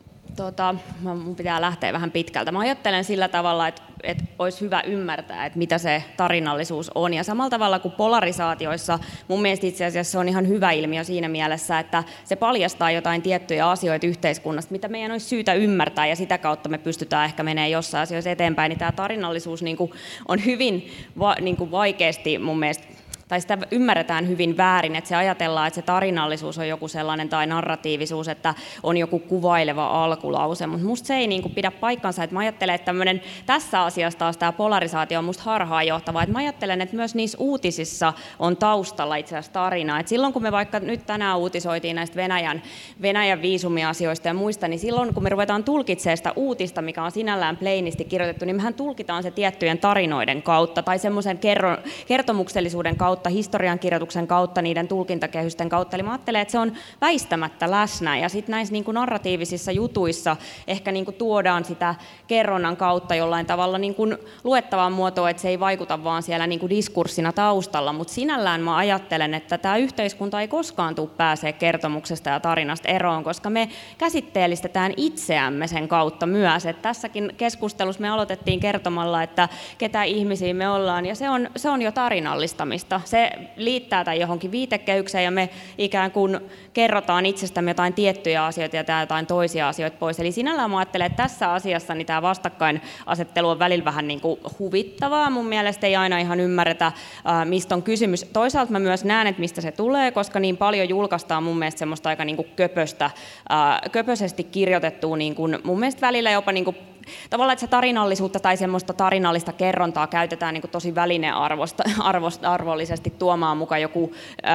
mun pitää lähteä vähän pitkältä. Mä ajattelen sillä tavalla, että olisi hyvä ymmärtää, että mitä se tarinallisuus on. Ja samalla tavalla kuin polarisaatioissa, mun mielestä itse asiassa se on ihan hyvä ilmiö siinä mielessä, että se paljastaa jotain tiettyjä asioita yhteiskunnasta, mitä meidän olisi syytä ymmärtää, ja sitä kautta me pystytään ehkä menemään jossain asioissa eteenpäin. Niin tämä tarinallisuus on hyvin vaikeasti mun mielestä, tai sitä ymmärretään hyvin väärin, että se ajatellaan, että se tarinallisuus on joku sellainen tai narratiivisuus, että on joku kuvaileva alkulause, mutta musta se ei pidä paikkansa, että mä ajattelen, että tässä asiassa taas tämä polarisaatio on musta harhaanjohtava, että mä ajattelen, että myös niissä uutisissa on taustalla itse asiassa tarinaa, että silloin kun me vaikka nyt tänään uutisoitiin näistä Venäjän viisumiasioista ja muista, niin silloin kun me ruvetaan tulkitsemaan sitä uutista, mikä on sinällään plainisti kirjoitettu, niin mehän tulkitaan se tiettyjen tarinoiden kautta tai semmoisen kertomuksellisuuden kautta, historiankirjoituksen kautta, niiden tulkintakehysten kautta. Eli mä ajattelen, että se on väistämättä läsnä. Ja sitten näissä narratiivisissa jutuissa ehkä tuodaan sitä kerronnan kautta jollain tavalla luettavaan muotoon, että se ei vaikuta vaan siellä diskurssina taustalla. Mutta sinällään mä ajattelen, että tämä yhteiskunta ei koskaan tule pääsee kertomuksesta ja tarinasta eroon, koska me käsitteellistetään itseämme sen kautta myös. Et tässäkin keskustelussa me aloitettiin kertomalla, että ketä ihmisiä me ollaan, ja se on jo tarinallistamista. Se liittää tämän johonkin viitekehykseen, ja me ikään kuin kerrotaan itsestämme jotain tiettyjä asioita ja jotain toisia asioita pois. Eli sinällään mä ajattelen, että tässä asiassa niin tämä vastakkainasettelu on välillä vähän huvittavaa. Mun mielestä ei aina ihan ymmärretä, mistä on kysymys. Toisaalta mä myös näen, että mistä se tulee, koska niin paljon julkaistaan mun mielestä semmoista aika köpöisesti kirjoitettua, mun mielestä välillä jopa tavallaan, että se tarinallisuutta tai semmoista tarinallista kerrontaa käytetään tosi välinearvollisesti tuomaan mukaan joku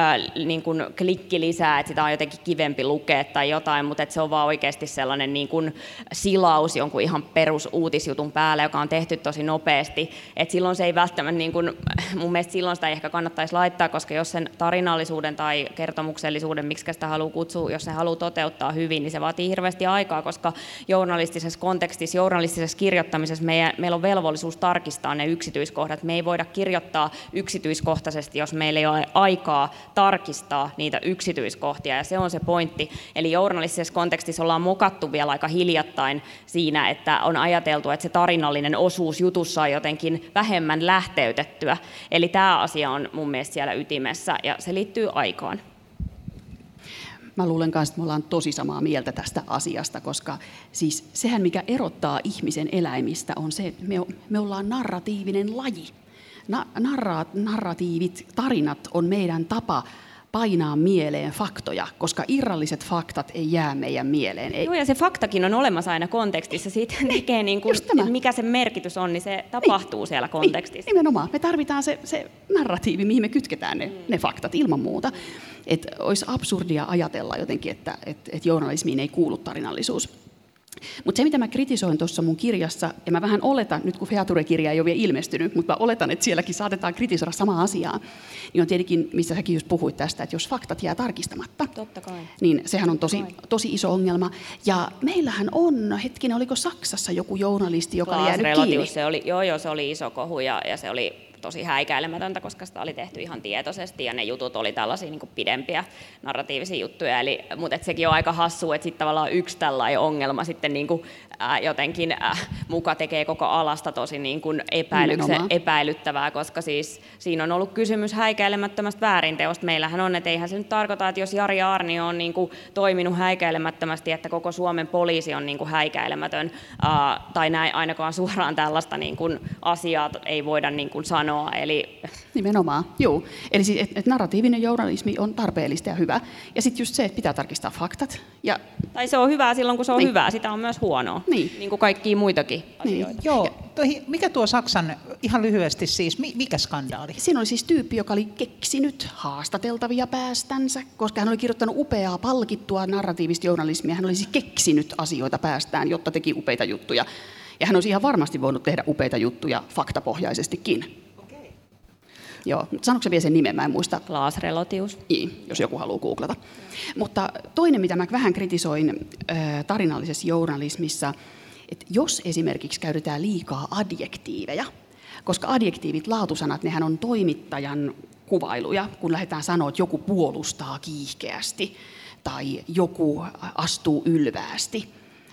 klikki lisää, että sitä on jotenkin kivempi lukea tai jotain, mutta että se on vaan oikeasti sellainen silaus jonkun ihan perusuutisjutun päälle, joka on tehty tosi nopeasti. Et silloin se ei välttämättä, mun mielestä silloin sitä ei ehkä kannattaisi laittaa, koska jos sen tarinallisuuden tai kertomuksellisuuden, miksi sitä haluaa kutsua, jos se haluaa toteuttaa hyvin, niin se vaatii hirveästi aikaa, koska journalistisessa kontekstissa, journalistisessa kirjoittamisessa meillä on velvollisuus tarkistaa ne yksityiskohdat. Me ei voida kirjoittaa yksityiskohtaisesti, jos meillä ei ole aikaa tarkistaa niitä yksityiskohtia, ja se on se pointti. Eli journalistisessa kontekstissa ollaan mokattu vielä aika hiljattain siinä, että on ajateltu, että se tarinallinen osuus jutussa on jotenkin vähemmän lähteytettyä. Eli tämä asia on mun mielestä siellä ytimessä, ja se liittyy aikaan. Mä luulen kanssa, että me ollaan tosi samaa mieltä tästä asiasta, koska siis sehän, mikä erottaa ihmisen eläimistä, on se, että me ollaan narratiivinen laji. Narratiivit, tarinat on meidän tapa painaa mieleen faktoja, koska irralliset faktat ei jää meidän mieleen. Joo, ja se faktakin on olemassa aina kontekstissa. Siitä tekee, niin kuin, mikä se merkitys on, niin se tapahtuu siellä kontekstissa. Nimenomaan. Me tarvitaan se narratiivi, mihin me kytketään ne faktat ilman muuta. Että olisi absurdia ajatella jotenkin, että journalismiin ei kuulu tarinallisuus. Mutta se, mitä mä kritisoin tuossa mun kirjassa, ja mä vähän oletan, nyt kun Feature-kirja ei ole vielä ilmestynyt, mutta mä oletan, että sielläkin saatetaan kritisoida samaa asiaa, niin on tietenkin, missä säkin just puhuit tästä, että jos faktat jää tarkistamatta, totta kai, niin sehän on tosi iso ongelma. Ja meillähän on, hetkinen, oliko Saksassa joku journalisti, joka oli jäänyt kiinni? Se oli iso kohu ja se oli tosi häikäilemätöntä, koska sitä oli tehty ihan tietoisesti ja ne jutut oli tällaisia niin kuin pidempiä narratiivisia juttuja. Mutta sekin on aika hassu, että sitten tavallaan yksi tällainen ongelma sitten niin kuin, jotenkin muka tekee koko alasta tosi niin kuin epäilyttävää, koska siis siinä on ollut kysymys häikäilemättömästä väärinteosta. Meillähän on, että eihän se nyt tarkoita, että jos Jari Aarnio on niin kuin toiminut häikäilemättömästi, että koko Suomen poliisi on niin kuin häikäilemätön, tai näin ainakaan suoraan tällaista niin kuin asiaa ei voida niin kuin sanoa. Eli nimenomaan, joo. Eli siis, että narratiivinen journalismi on tarpeellista ja hyvä. Ja sitten just se, että pitää tarkistaa faktat. Tai se on hyvää silloin, kun se on hyvää. Sitä on myös huonoa, niin kuin kaikkia muitakin asioita. Joo. Mikä tuo Saksan, ihan lyhyesti siis, mikä skandaali? Siinä oli siis tyyppi, joka oli keksinyt haastateltavia päästänsä, koska hän oli kirjoittanut upeaa, palkittua narratiivista journalismia. Hän oli siis keksinyt asioita päästään, jotta teki upeita juttuja. Ja hän olisi ihan varmasti voinut tehdä upeita juttuja faktapohjaisestikin. Joo, sanoiko se vielä sen nimen, mä en muista. Klaas Relotius. Niin, jos joku haluaa googlata. Mutta toinen, mitä mä vähän kritisoin tarinallisessa journalismissa, että jos esimerkiksi käytetään liikaa adjektiiveja, koska adjektiivit, laatusanat, nehän on toimittajan kuvailuja, kun lähdetään sanoa, että joku puolustaa kiihkeästi tai joku astuu ylväästi.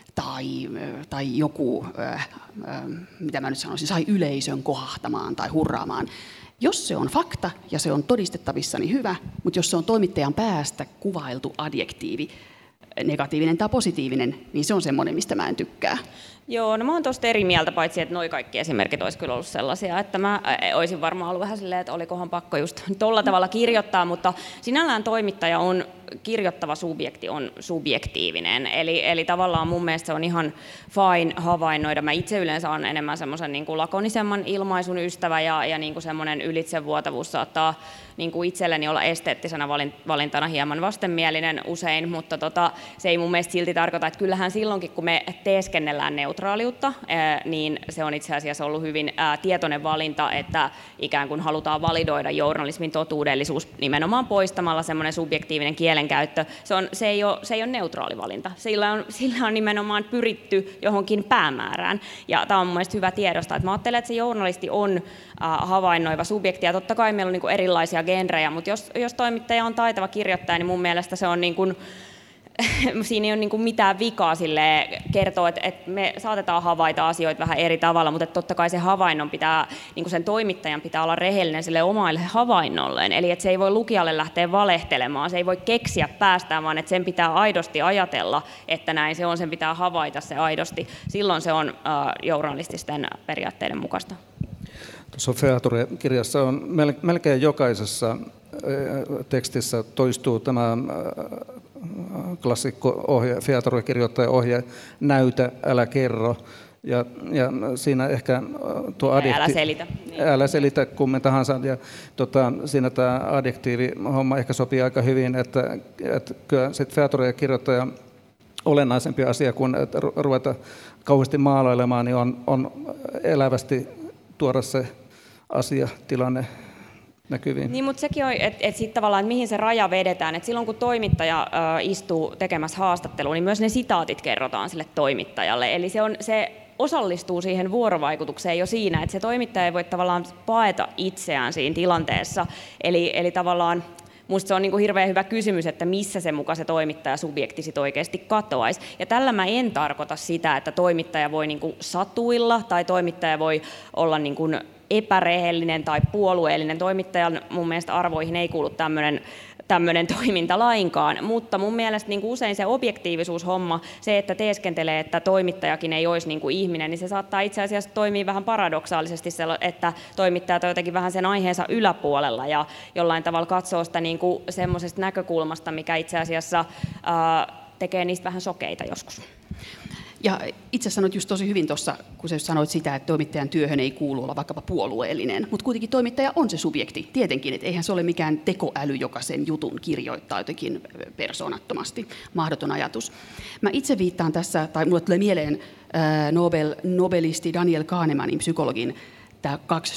Tai joku, mitä mä nyt sanoisin, sai yleisön kohahtamaan tai hurraamaan. Jos se on fakta ja se on todistettavissa, niin hyvä, mutta jos se on toimittajan päästä kuvailtu adjektiivi, negatiivinen tai positiivinen, niin se on semmoinen, mistä mä en tykkää. Joo, no mä oon tosta eri mieltä, paitsi että noi kaikki esimerkit olisi kyllä ollut sellaisia, että mä olisin varmaan ollut vähän silleen, että olikohan pakko just tolla tavalla kirjoittaa, mutta sinällään toimittaja on kirjoittava subjekti on subjektiivinen, eli tavallaan mun mielestä se on ihan fine havainnoida. Mä itse yleensä on enemmän semmoisen niin kuin lakonisemman ilmaisun ystävä ja niin kuin semmoinen ylitsevuotavuus saattaa niin kuin itselleni olla esteettisenä valintana hieman vastenmielinen usein, mutta se ei mun mielestä silti tarkoita, että kyllähän silloinkin, kun me teeskennellään neutraaliutta, niin se on itse asiassa ollut hyvin tietoinen valinta, että ikään kuin halutaan validoida journalismin totuudellisuus nimenomaan poistamalla semmoinen subjektiivinen kielenkäyttö. Se ei ole neutraali valinta. Sillä on nimenomaan pyritty johonkin päämäärään. Ja tämä on mun mielestä hyvä tiedostaa. Että mä ajattelen, että se journalisti on havainnoiva subjekti. Ja totta kai meillä on niin kuin erilaisia genrejä, mutta jos toimittaja on taitava kirjoittaja, niin mun mielestä se on niin kuin siinä ei ole niin kuin mitään vikaa sille kertoa, että me saatetaan havaita asioita vähän eri tavalla, mutta totta kai se havainnon pitää, niin kuin sen toimittajan pitää olla rehellinen sille omalle havainnolleen. Eli että se ei voi lukijalle lähteä valehtelemaan, se ei voi keksiä päästään, vaan että sen pitää aidosti ajatella, että näin se on, sen pitää havaita se aidosti. Silloin se on journalististen periaatteiden mukaista. Tuossa Feature-kirjassa on melkein jokaisessa tekstissä toistuu tämä klassikko Feature-kirjoittajan ohje, näytä, älä kerro. Ja siinä ehkä tuo älä selitä kummin tahansa. Ja siinä tämä adjektiivi-homma ehkä sopii aika hyvin, että kyllä sitten Feature-kirjoittaja olennaisempi asia kuin että ruveta kauheasti maalailemaan, niin on elävästi tuoda se asia, tilanne näkyviin. Niin, mutta sekin on, että sitten tavallaan, että mihin se raja vedetään. Että silloin kun toimittaja istuu tekemässä haastattelua, niin myös ne sitaatit kerrotaan sille toimittajalle. Eli se osallistuu siihen vuorovaikutukseen jo siinä, että se toimittaja ei voi tavallaan paeta itseään siinä tilanteessa. Eli tavallaan minusta se on niin kuin hirveän hyvä kysymys, että missä se muka se toimittaja-subjekti sit oikeasti katoaisi. Ja tällä mä en tarkoita sitä, että toimittaja voi niin kuin satuilla tai toimittaja voi olla niin kuin epärehellinen tai puolueellinen. Toimittajan mun mielestä arvoihin ei kuulu tämmöinen tämmöinen toiminta lainkaan, mutta mun mielestä niin kuin usein se objektiivisuushomma, se, että teeskentelee, että toimittajakin ei olisi niin kuin ihminen, niin se saattaa itse asiassa toimia vähän paradoksaalisesti, että toimittajat on jotenkin vähän sen aiheensa yläpuolella ja jollain tavalla katsoo sitä niin kuin semmoisesta näkökulmasta, mikä itse asiassa tekee niistä vähän sokeita joskus. Ja itse sanoit just tosi hyvin tuossa, kun sä sanoit sitä, että toimittajan työhön ei kuulu olla vaikkapa puolueellinen, mutta kuitenkin toimittaja on se subjekti, tietenkin, että eihän se ole mikään tekoäly, joka sen jutun kirjoittaa jotenkin persoonattomasti, mahdoton ajatus. Mä itse viittaan tässä, tai mulle tulee mieleen nobelisti Daniel Kahnemanin, psykologin, tämä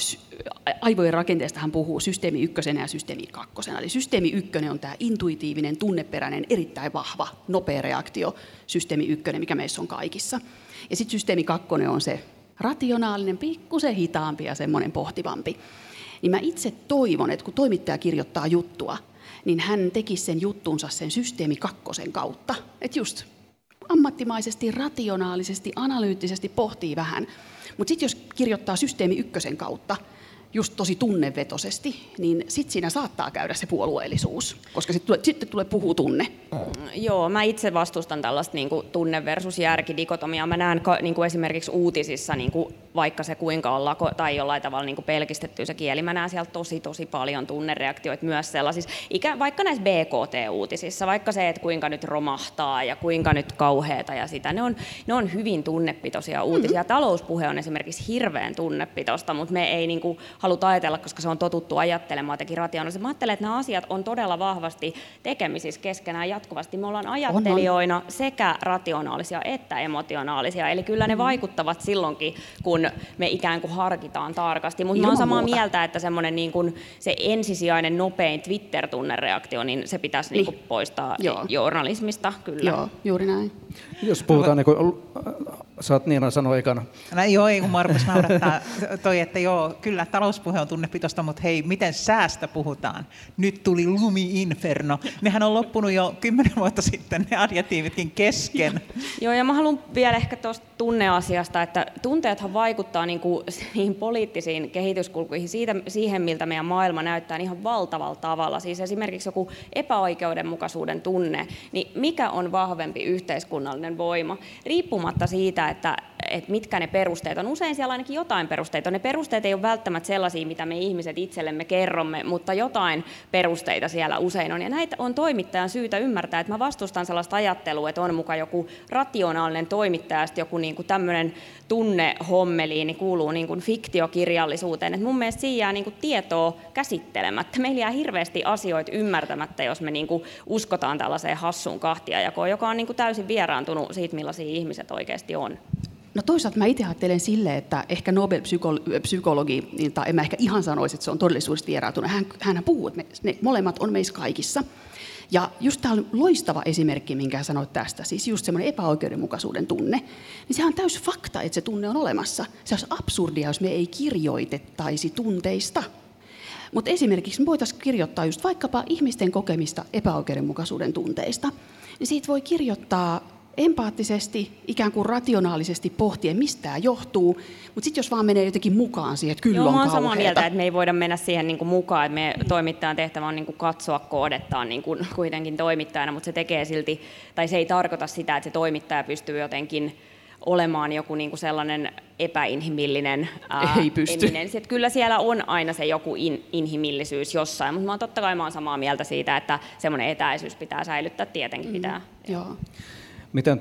aivojen rakenteesta hän puhuu systeemi 1 ja systeemi 2. Eli systeemi 1 on tämä intuitiivinen, tunneperäinen, erittäin vahva, nopea reaktio, systeemi 1, mikä meissä on kaikissa. Ja sitten systeemi 2 on se rationaalinen, pikkusen hitaampi ja semmoinen pohtivampi. Niin mä itse toivon, että kun toimittaja kirjoittaa juttua, niin hän tekisi sen juttunsa sen systeemi 2 kautta. Että just ammattimaisesti, rationaalisesti, analyyttisesti pohtii vähän. Mutta sitten jos kirjoittaa systeemi 1 kautta, just tosi tunnevetoisesti, niin sitten siinä saattaa käydä se puolueellisuus, koska sitten tulee puhuu tunne. Joo, mä itse vastustan tällaista niin kuin tunne versus järki dikotomiaa. Mä näen niin kuin esimerkiksi uutisissa, niin kuin, vaikka se kuinka on tai jollain tavalla niin kuin pelkistetty se kieli, mä näen sieltä tosi paljon tunnereaktioita myös sellaisissa, vaikka näissä BKT-uutisissa, vaikka se, että kuinka nyt romahtaa ja kuinka nyt kauheata ja sitä, ne on hyvin tunnepitoisia uutisia. Talouspuhe on esimerkiksi hirveän tunnepitoista, mutta me ei niin kuin haluta ajatella, koska se on totuttu ajattelemaan jotenkin rationaalisesti. Mä ajattelen, että nämä asiat on todella vahvasti tekemisissä keskenään jatkuvasti. Me ollaan ajattelijoina sekä rationaalisia että emotionaalisia, eli kyllä ne vaikuttavat silloinkin, kun me ikään kuin harkitaan tarkasti. Mutta mä oon samaa mieltä, että semmoinen niin kuin se ensisijainen nopein Twitter-tunnereaktio, niin se pitäisi niin kuin poistaa journalismista, kyllä. Joo, juuri näin. Jos puhutaan, niin kuin saat Niina sanoa ekana. Joo, ei kun Markus naurattaa toi, että joo, kyllä talouspuhe on tunnepitoista, mutta hei, miten säästä puhutaan? Nyt tuli lumi-inferno. Nehän on loppunut jo 10 vuotta sitten, ne adjektiivitkin kesken. Joo, ja mä haluan vielä ehkä tuosta tunneasiasta, että tunteethan vaikuttaa niihin poliittisiin kehityskulkuihin, siihen miltä meidän maailma näyttää ihan valtavalla tavalla. Siis esimerkiksi joku epäoikeudenmukaisuuden tunne, niin mikä on vahvempi yhteiskunnallinen voima? Riippumatta siitä, että mitkä ne perusteet on. Usein siellä ainakin jotain perusteita. Ne perusteet ei ole välttämättä sellaisia, mitä me ihmiset itsellemme kerromme, mutta jotain perusteita siellä usein on. Ja näitä on toimittajan syytä ymmärtää, että mä vastustan sellaista ajattelua, että on mukaan joku rationaalinen toimittaja, ja joku niin kuin tämmöinen tunnehommeliin niin kuuluu niin kuin fiktiokirjallisuuteen. Et mun mielestä siinä jää niin kuin tietoa käsittelemättä. Meillä jää hirveästi asioita ymmärtämättä, jos me niin kuin uskotaan tällaiseen hassuun kahtiajakoon, joka on niin kuin täysin vieraantunut siitä, millaisia ihmiset oikeasti on. No toisaalta mä itse ajattelen silleen, että ehkä Nobel-psykologi, tai en mä ehkä ihan sanoisi, että se on todellisuudesta vieraantunut. Hän puhuu, että ne molemmat on meissä kaikissa. Ja just tämä on loistava esimerkki, minkä sanoit tästä, siis just semmoinen epäoikeudenmukaisuuden tunne, niin sehän on täys fakta, että se tunne on olemassa. Se olisi absurdia, jos me ei kirjoitettaisi tunteista. Mutta esimerkiksi me voitaisiin kirjoittaa just vaikkapa ihmisten kokemista epäoikeudenmukaisuuden tunteista, niin siitä voi kirjoittaa empaattisesti, ikään kuin rationaalisesti pohtien, mistä tämä johtuu, mutta sitten jos vaan menee jotenkin mukaan siihen, että kyllä on kauheata. Mä oon samaa mieltä, että me ei voida mennä siihen niin kuin mukaan, että me toimittajan tehtävä on niin kuin katsoa koodettaan niin kuin kuitenkin toimittajana, mutta se tekee silti, tai se ei tarkoita sitä, että se toimittaja pystyy jotenkin olemaan joku niin kuin sellainen epäinhimillinen eminenssi. Että kyllä siellä on aina se joku inhimillisyys jossain, mutta totta kai mä oon samaa mieltä siitä, että semmoinen etäisyys pitää säilyttää, tietenkin pitää. Joo. Miten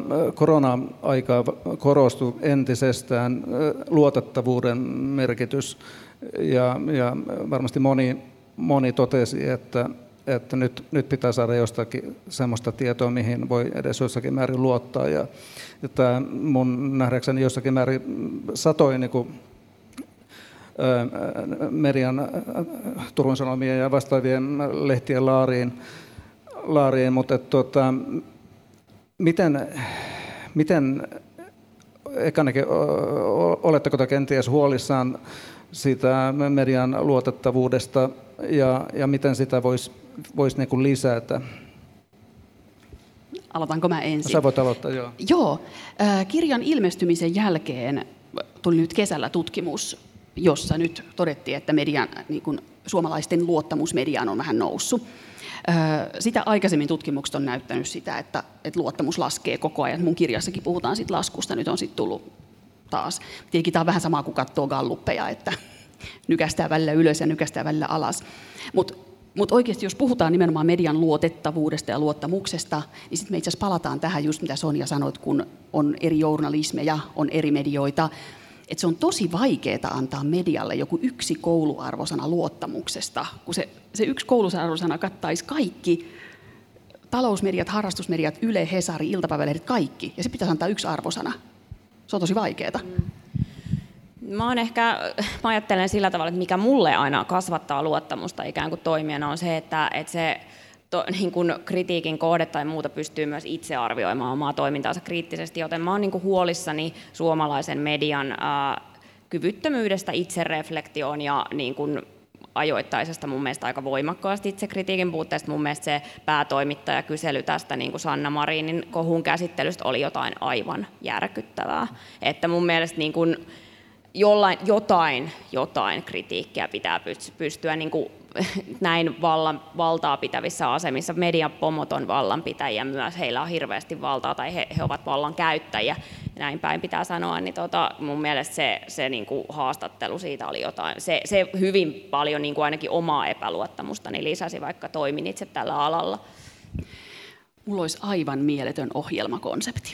korona-aikaa korostui entisestään luotettavuuden merkitys ja varmasti moni totesi, että nyt pitää saada jostakin semmoista tietoa, mihin voi edes jossakin määrin luottaa. Ja tämä mun nähdäkseni jossakin määrin satoi niin kuin median Turun Sanomien ja vastaavien lehtien laariin, mutta Miten ekanakin, oletteko te kenties huolissaan siitä median luotettavuudesta ja miten sitä voisi niin kuin lisätä? Aloitanko mä ensin? Sä voit aloittaa, joo. Joo. Kirjan ilmestymisen jälkeen tuli nyt kesällä tutkimus, jossa nyt todettiin, että median niin kuin suomalaisten luottamus mediaan on vähän noussut. Sitä aikaisemmin tutkimukset on näyttänyt sitä, että luottamus laskee koko ajan. Mun kirjassakin puhutaan siitä laskusta, nyt on sitten tullut taas. Tietenkin tämä on vähän sama kuin katsoo galluppeja, että nykästää välillä ylös ja nykästää välillä alas. Mutta oikeasti, jos puhutaan nimenomaan median luotettavuudesta ja luottamuksesta, niin sitten me itse asiassa palataan tähän just mitä Sonja sanoit, kun on eri journalismeja, on eri medioita. Että se on tosi vaikeaa antaa medialle joku yksi kouluarvosana luottamuksesta, kun se yksi kouluarvosana kattaisi kaikki talousmediat, harrastusmediat, Yle, Hesari, iltapäivälehdet, kaikki. Ja se pitäisi antaa yksi arvosana. Se on tosi vaikeaa. Mä ajattelen sillä tavalla, että mikä mulle aina kasvattaa luottamusta ikään kuin toimijana on se, että se niin kuin kritiikin kohde tai muuta pystyy myös itse arvioimaan omaa toimintaansa kriittisesti, joten mä oon niin kuin huolissani suomalaisen median kyvyttömyydestä itsereflektioon ja niin kuin ajoittaisesta mun mielestä aika voimakkaasti itse kritiikin puutteesta. Mun mielestä se päätoimittajakysely tästä niin kuin Sanna Marinin kohun käsittelystä oli jotain aivan järkyttävää. Että mun mielestä niin kuin jotain kritiikkiä pitää pystyä niin kuin näin valtaa pitävissä asemissa. Median pomot on vallanpitäjiä myös, heillä on hirveästi valtaa tai he ovat vallan käyttäjiä, näin päin pitää sanoa, niin mun mielestä se niin kuin haastattelu siitä oli jotain. Se hyvin paljon niin kuin ainakin omaa epäluottamustani lisäsi, vaikka toimin itse tällä alalla. Mulla olisi aivan mieletön ohjelmakonsepti.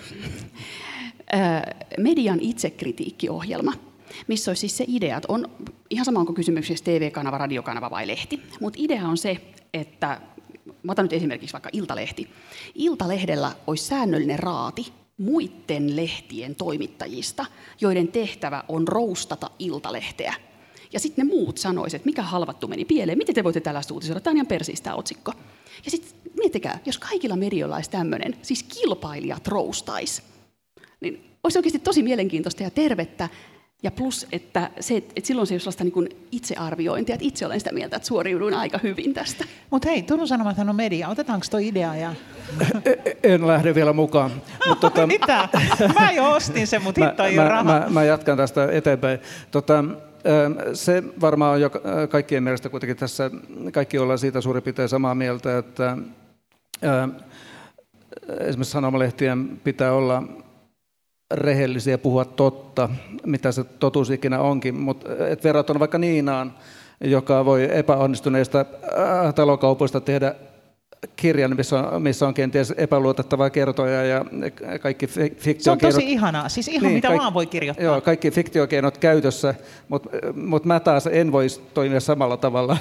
Median itsekritiikkiohjelma, missä olisi siis se idea, että on ihan sama onko kysymyksessä TV-kanava, radiokanava vai lehti, mutta idea on se, että, mä otan nyt esimerkiksi vaikka Iltalehti. Iltalehdellä olisi säännöllinen raati muiden lehtien toimittajista, joiden tehtävä on roustata Iltalehteä. Ja sitten ne muut sanoisivat, että mikä halvattu meni pieleen, miten te voitte tällaista uutisoida, tämä on ihan persiistä otsikko. Ja sitten miettikää, jos kaikilla medioilla olisi tämmöinen, siis kilpailijat roustaisi, niin olisi oikeasti tosi mielenkiintoista ja tervettä. Ja plus, että silloin se ei ole sellaista niin itsearviointia, että itse olen sitä mieltä, että suoriuduin aika hyvin tästä. Mutta hei, Turun Sanomathan on media. Otetaanko tuo idea? En lähde vielä mukaan. Mitä? Mä jo ostin sen, mutta hitto ei ole rahaa. Mä jatkan tästä eteenpäin. Se varmaan on jo kaikkien mielestä kuitenkin tässä, kaikki ollaan siitä suurin piirtein samaa mieltä, että esimerkiksi sanomalehtien pitää olla rehellisiä, puhua totta, mitä se totuus ikinä onkin, mutta verrattuna vaikka Niinaan, joka voi epäonnistuneista talokaupoista tehdä kirjan, missä on kenties epäluotettavaa kertoja ja kaikki fiktiokeinot. Se on tosi ihanaa, siis ihan niin, mitä vaan voi kirjoittaa. Joo, kaikki fiktiokeinot käytössä, mutta mä taas en voisi toimia samalla tavalla.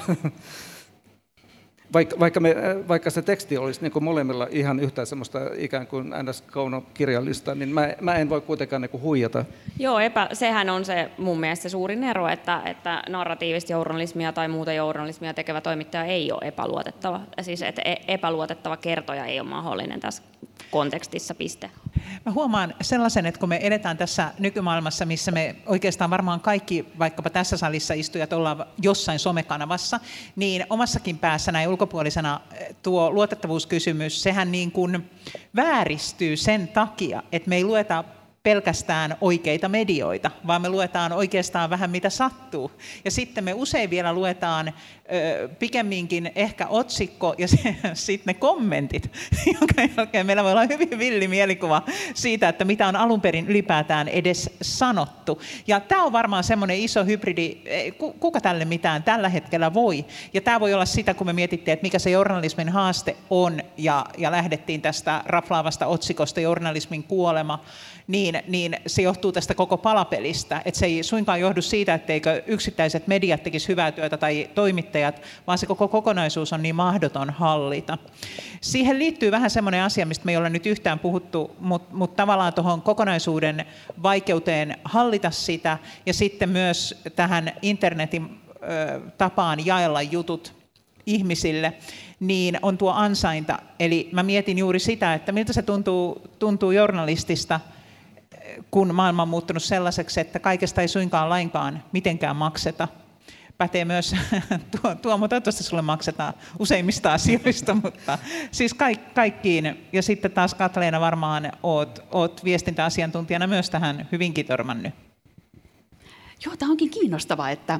Vaikka se teksti olisi niin kuin molemmilla ihan yhtä semmoista ikään kuin ns-kaunokirjallista, niin mä en voi kuitenkaan niin kuin huijata. Joo, sehän on se mun mielestä se suurin ero, että narratiivista journalismia tai muuta journalismia tekevä toimittaja ei ole epäluotettava. Siis että epäluotettava kertoja ei ole mahdollinen tässä kontekstissa, piste. Mä huomaan sellaisen, että kun me edetään tässä nykymaailmassa, missä me oikeastaan varmaan kaikki, vaikkapa tässä salissa istujat, ollaan jossain somekanavassa, niin omassakin päässä näin ulkopuolisena tuo luotettavuuskysymys, sehän niin kuin vääristyy sen takia, että me ei lueta pelkästään oikeita medioita, vaan me luetaan oikeastaan vähän mitä sattuu. Ja sitten me usein vielä luetaan pikemminkin ehkä otsikko ja sitten ne kommentit, jonka jälkeen meillä voi olla hyvin villi mielikuva siitä, että mitä on alun perin ylipäätään edes sanottu. Ja tämä on varmaan semmoinen iso hybridi, kuka tälle mitään tällä hetkellä voi. Ja tämä voi olla sitä, kun me mietittiin, että mikä se journalismin haaste on, ja lähdettiin tästä raflaavasta otsikosta journalismin kuolema, niin se johtuu tästä koko palapelistä. Että se ei suinkaan johdu siitä, etteikö yksittäiset mediat tekisi hyvää työtä tai toimittajat, vaan se koko kokonaisuus on niin mahdoton hallita. Siihen liittyy vähän semmoinen asia, mistä me ei ole nyt yhtään puhuttu, mutta tavallaan tuohon kokonaisuuden vaikeuteen hallita sitä, ja sitten myös tähän internetin tapaan jaella jutut ihmisille, niin on tuo ansainta. Eli mä mietin juuri sitä, että miltä se tuntuu journalistista, kun maailma on muuttunut sellaiseksi, että kaikesta ei suinkaan lainkaan mitenkään makseta. Pätee myös Tuomo, toivottavasti sulle maksetaan useimmista asioista, mutta siis kaikkiin. Ja sitten taas Katleena varmaan oot viestintäasiantuntijana myös tähän hyvinkin törmännyt. Joo, tämä onkin kiinnostavaa, että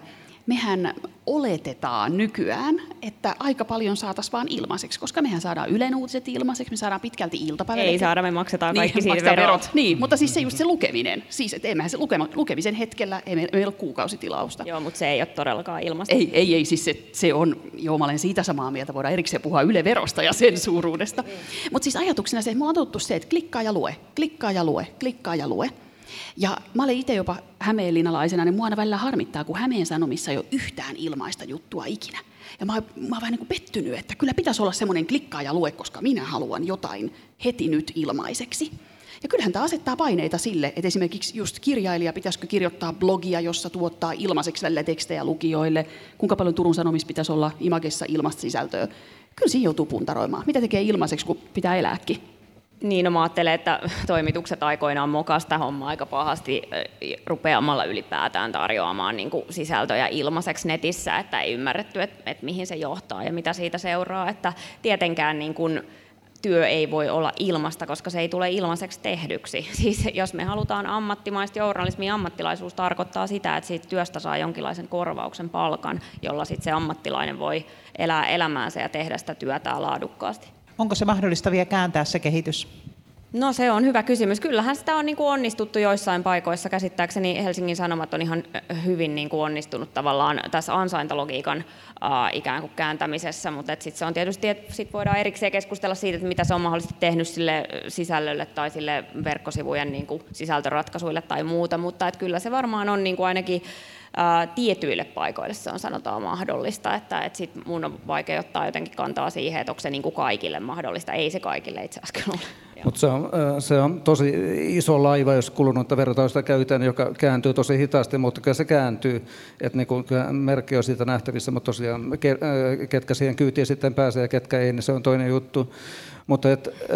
mehän oletetaan nykyään, että aika paljon saataisiin vaan ilmaiseksi, koska mehän saadaan Ylen uutiset ilmaiseksi, me saadaan pitkälti iltapäivällä. Ei saada, me maksetaan kaikki siitä verot. Niin, mutta siis se just se lukeminen. Siis, että eihän se lukemisen hetkellä, ei meillä ole kuukausitilausta. Joo, mutta se ei ole todellakaan ilmasta. Ei, siis se on, joo, mä olen siitä samaa mieltä, voidaan erikseen puhua Yle-verosta ja sen suuruudesta. Mutta siis ajatuksena se, että me on totuttu se, että klikkaa ja lue, klikkaa ja lue, klikkaa ja lue. Ja mä olen itse jopa hämeenlinnalaisena, niin mua aina välillä harmittaa, kun Hämeen Sanomissa ei ole yhtään ilmaista juttua ikinä. Ja mä oon vähän niin kuin pettynyt, että kyllä pitäisi olla semmoinen klikkaa ja lue, koska minä haluan jotain heti nyt ilmaiseksi. Ja kyllähän tämä asettaa paineita sille, että esimerkiksi just kirjailija, pitäisikö kirjoittaa blogia, jossa tuottaa ilmaiseksi välillä tekstejä lukijoille, kuinka paljon Turun Sanomissa pitäisi olla Imagessa ilmaista sisältöä. Kyllä siinä joutuu puntaroimaan. Mitä tekee ilmaiseksi, kun pitää elääkin? Niin, no mä ajattelen, että toimitukset aikoinaan mokasta hommaa aika pahasti rupeamalla ylipäätään tarjoamaan niin kuin sisältöjä ilmaiseksi netissä, että ei ymmärretty, että mihin se johtaa ja mitä siitä seuraa. Että tietenkään niin kuin työ ei voi olla ilmasta, koska se ei tule ilmaiseksi tehdyksi. Siis jos me halutaan ammattimaista journalismia, ammattilaisuus tarkoittaa sitä, että siitä työstä saa jonkinlaisen korvauksen palkan, jolla sitten se ammattilainen voi elää elämäänsä ja tehdä sitä työtä laadukkaasti. Onko se mahdollista vielä kääntää se kehitys? No se on hyvä kysymys. Kyllähän sitä on niin kuin onnistuttu joissain paikoissa. Käsittääkseni Helsingin Sanomat on ihan hyvin niin kuin onnistunut tavallaan tässä ansaintalogiikan ikään kuin kääntämisessä, mutta sitten se on tietysti, että sit voidaan erikseen keskustella siitä, että mitä se on mahdollisesti tehnyt sille sisällölle tai sille verkkosivujen niin kuin sisältöratkaisuille tai muuta, mutta että kyllä se varmaan on niin kuin ainakin tietyille paikoille se on sanotaan mahdollista, että sit mun on vaikea ottaa jotenkin kantaa siihen, että onko se niin kuin kaikille mahdollista. Ei se kaikille itse asiassa ole. Mutta se on tosi iso laiva, jos kulunutta vertausta käytetään, joka kääntyy tosi hitaasti, mutta kyllä se kääntyy. Että niin merkki on siitä nähtävissä, mutta tosiaan ketkä siihen kyytiin sitten pääsee ja ketkä ei, niin se on toinen juttu. Mutta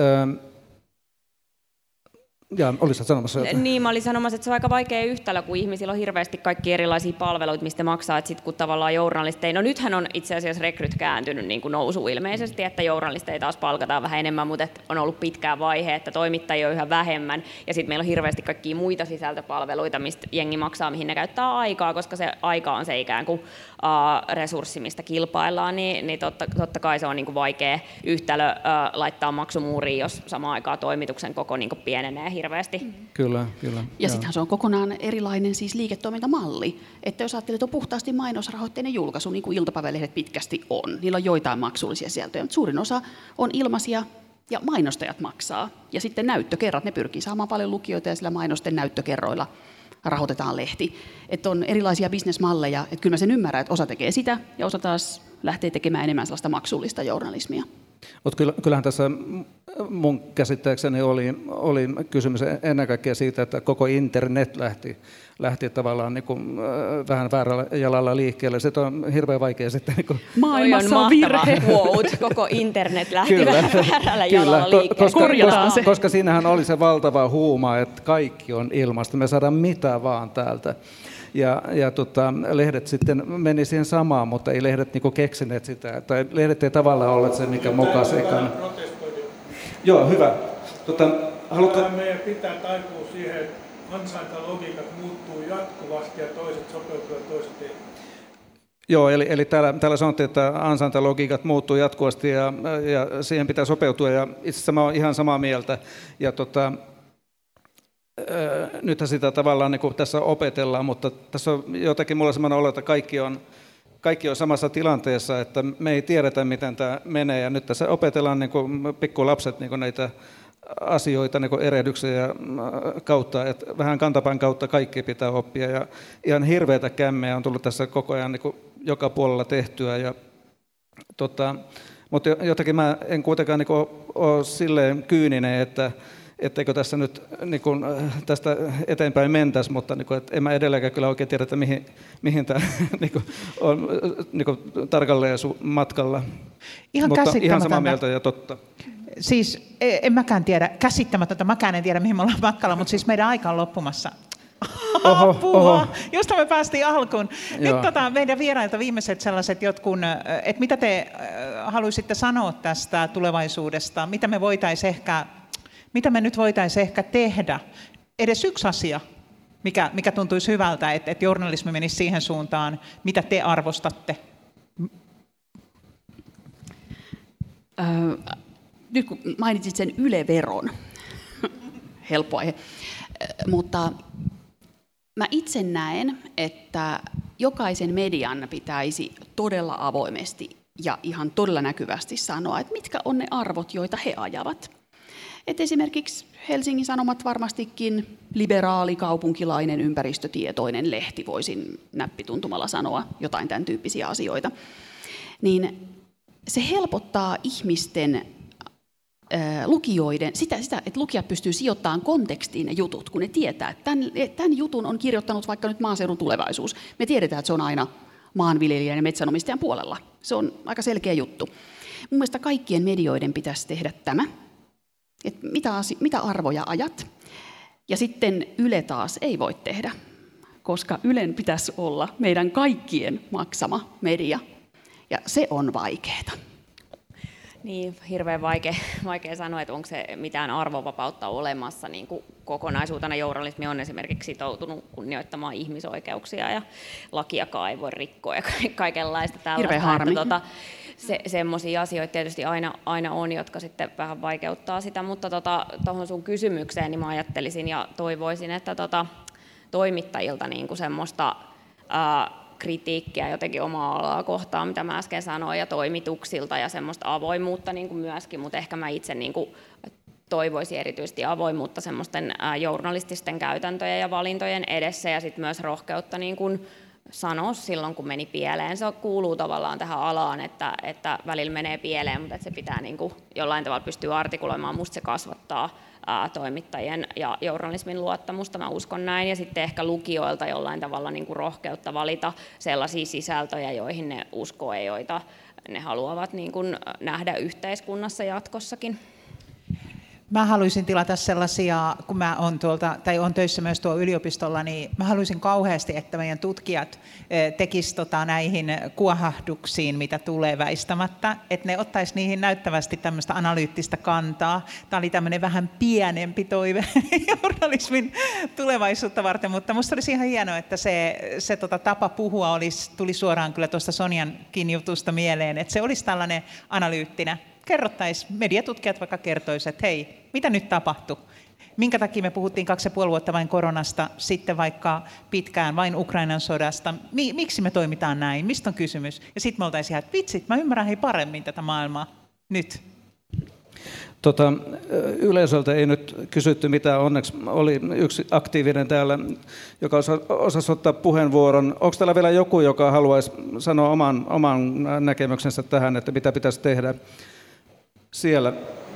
ja olisit sanomassa jotain? Niin, mä olin sanomassa, että se on aika vaikea yhtälö, kun ihmisillä on hirveästi kaikki erilaisia palveluita, mistä maksaa, että sitten kun tavallaan journalisteja, no nythän on itse asiassa rekryt kääntynyt niin kuin nousu ilmeisesti, että journalisteja taas palkataan vähän enemmän, mutta on ollut pitkää vaihe, että toimittajia on yhä vähemmän, ja sitten meillä on hirveästi kaikkia muita sisältöpalveluita, mistä jengi maksaa, mihin ne käyttää aikaa, koska se aika on se ikään kuin resurssi, mistä kilpaillaan, niin totta kai se on niin kuin vaikea yhtälö laittaa maksumuuriin, jos samaan aikaan toimituksen koko niin kuin pienenee hirveästi. Kyllä. Ja sittenhän se on kokonaan erilainen siis liiketoimintamalli. Että jos ajattelet, että on puhtaasti mainosrahoitteinen julkaisu, niin kuin iltapäivälehdet pitkästi on, niillä on joitain maksullisia sisältöjä, mutta suurin osa on ilmaisia ja mainostajat maksaa. Ja sitten näyttökerrat, ne pyrkii saamaan paljon lukijoita ja sillä mainosten näyttökerroilla rahoitetaan lehti. Että on erilaisia bisnesmalleja, että kyllä mä sen ymmärrän, että osa tekee sitä ja osa taas lähtee tekemään enemmän sellaista maksullista journalismia. Mutta kyllähän tässä mun käsittääkseni oli kysymys ennen kaikkea siitä, että koko internet lähti tavallaan niin kuin vähän väärällä jalalla liikkeelle. Se on hirveän vaikea sitten. Niin kuin maailmassa on virhe. Quote. Koko internet lähti vähän väärällä jalalla liikkeelle. Koska siinähän oli se valtava huuma, että kaikki on ilmasta. Me saadaan mitä vaan täältä. Ja lehdet sitten meni siihen samaan, mutta ei lehdet niinku keksineet sitä. Tai lehdet ei tavallaan olleet se, mikä mokasekaan. Joo, hyvä. Meidän pitää taipua siihen, että ansaintalogiikat muuttuu jatkuvasti ja toiset sopeutuvat, toiset ei. Joo, eli täällä sanottiin, että ansaintalogiikat muuttuu jatkuvasti ja siihen pitää sopeutua. Ja itse asiassa mä olen ihan samaa mieltä. Ja nythän sitä tavallaan niin kuin tässä opetellaan, mutta tässä on jotenkin mulla sellainen olo, että kaikki on samassa tilanteessa, että me ei tiedetä, miten tämä menee. Ja nyt tässä opetellaan niin kuin pikkulapset niin kuin näitä asioita niin kuin erehdyksen kautta, että vähän kantapään kautta kaikki pitää oppia. Ja ihan hirveätä kämmejä on tullut tässä koko ajan niin kuin joka puolella tehtyä. Mutta jotenkin mä en kuitenkaan niin ole silleen kyyninen, etteikö tässä nyt niin kuin, tästä eteenpäin mentäisi, mutta niin kuin, en mä edelleenkään kyllä oikein tiedä, että mihin tämä niin kuin, on niin kuin, tarkalleen matkalla. Ihan samaa mieltä ja totta. Siis en mäkään tiedä, käsittämätöntä, mäkään en tiedä, mihin me ollaan matkalla, mutta siis meidän aika on loppumassa. Oho. Josta me päästiin alkuun. Nyt meidän vierailta viimeiset sellaiset jotkun, että mitä te haluaisitte sanoa tästä tulevaisuudesta, mitä me nyt voitaisiin ehkä tehdä? Edes yksi asia, Mikä tuntuisi hyvältä, että journalismi menisi siihen suuntaan, mitä te arvostatte? Nyt kun mainitsit sen Yle-veron, helppo aihe, mutta mä itse näen, että jokaisen median pitäisi todella avoimesti ja ihan todella näkyvästi sanoa, että mitkä on ne arvot, joita he ajavat. Et esimerkiksi Helsingin Sanomat varmastikin liberaali, kaupunkilainen, ympäristötietoinen lehti, voisin näppituntumalla sanoa jotain tämän tyyppisiä asioita. Niin se helpottaa ihmisten, lukijoiden, sitä, että lukijat pystyy sijoittamaan kontekstiin ne jutut, kun ne tietää, että tämän jutun on kirjoittanut vaikka nyt Maaseudun Tulevaisuus. Me tiedetään, että se on aina maanviljelijän ja metsänomistajan puolella. Se on aika selkeä juttu. Mun mielestä kaikkien medioiden pitäisi tehdä tämä, että mitä arvoja ajat. Ja sitten Yle taas ei voi tehdä, koska Ylen pitäisi olla meidän kaikkien maksama media. Ja se on vaikeaa. Niin, hirveän vaikea sanoa, että onko se mitään arvovapautta olemassa. Niin kuin kokonaisuutena journalismi on esimerkiksi sitoutunut kunnioittamaan ihmisoikeuksia ja lakiakaan ei voi rikkoa ja kaikenlaista tällaista. Hirveän harmi. Semmoisia asioita tietysti aina on, jotka sitten vähän vaikeuttaa sitä, mutta tuohon sun kysymykseen niin mä ajattelisin ja toivoisin, että toimittajilta niin kuin semmoista kritiikkiä jotenkin omaa alaa kohtaan, mitä mä äsken sanoin, ja toimituksilta ja semmoista avoimuutta niin kuin myöskin, mutta ehkä mä itse niin kuin toivoisin erityisesti avoimuutta semmoisten journalististen käytäntöjen ja valintojen edessä ja sitten myös rohkeutta niin kuin sanoa silloin, kun meni pieleen. Se kuuluu tavallaan tähän alaan, että välillä menee pieleen, mutta että se pitää niin kuin jollain tavalla pystyä artikuloimaan. Musta se kasvattaa toimittajien ja journalismin luottamusta, mä uskon näin. Ja sitten ehkä lukijoilta jollain tavalla niin kuin rohkeutta valita sellaisia sisältöjä, joihin ne uskoo ja joita ne haluavat niin kuin nähdä yhteiskunnassa jatkossakin. Mä haluaisin tilata sellaisia, kun mä on töissä myös tuolla yliopistolla, niin mä haluaisin kauheasti, että meidän tutkijat tekisivät näihin kuohahduksiin, mitä tulee väistämättä, että ne ottaisi niihin näyttävästi tämmöistä analyyttistä kantaa. Tämä oli tämmöinen vähän pienempi toive journalismin tulevaisuutta varten, mutta musta olisi ihan hienoa, että se tapa puhua tuli suoraan kyllä tuosta Sonjankin jutusta mieleen, että se olisi tällainen analyyttinen. Kerrottaisiin, mediatutkijat vaikka kertoisivat, että hei, mitä nyt tapahtui? Minkä takia me puhuttiin 2,5 vuotta vain koronasta, sitten vaikka pitkään vain Ukrainan sodasta? Miksi me toimitaan näin? Mistä on kysymys? Ja sitten me oltaisiin ihan, että vitsit, mä ymmärrän paremmin tätä maailmaa nyt. Yleisöltä ei nyt kysytty mitään, onneksi oli yksi aktiivinen täällä, joka osasi ottaa puheenvuoron. Onko täällä vielä joku, joka haluaisi sanoa oman näkemyksensä tähän, että mitä pitäisi tehdä siellä?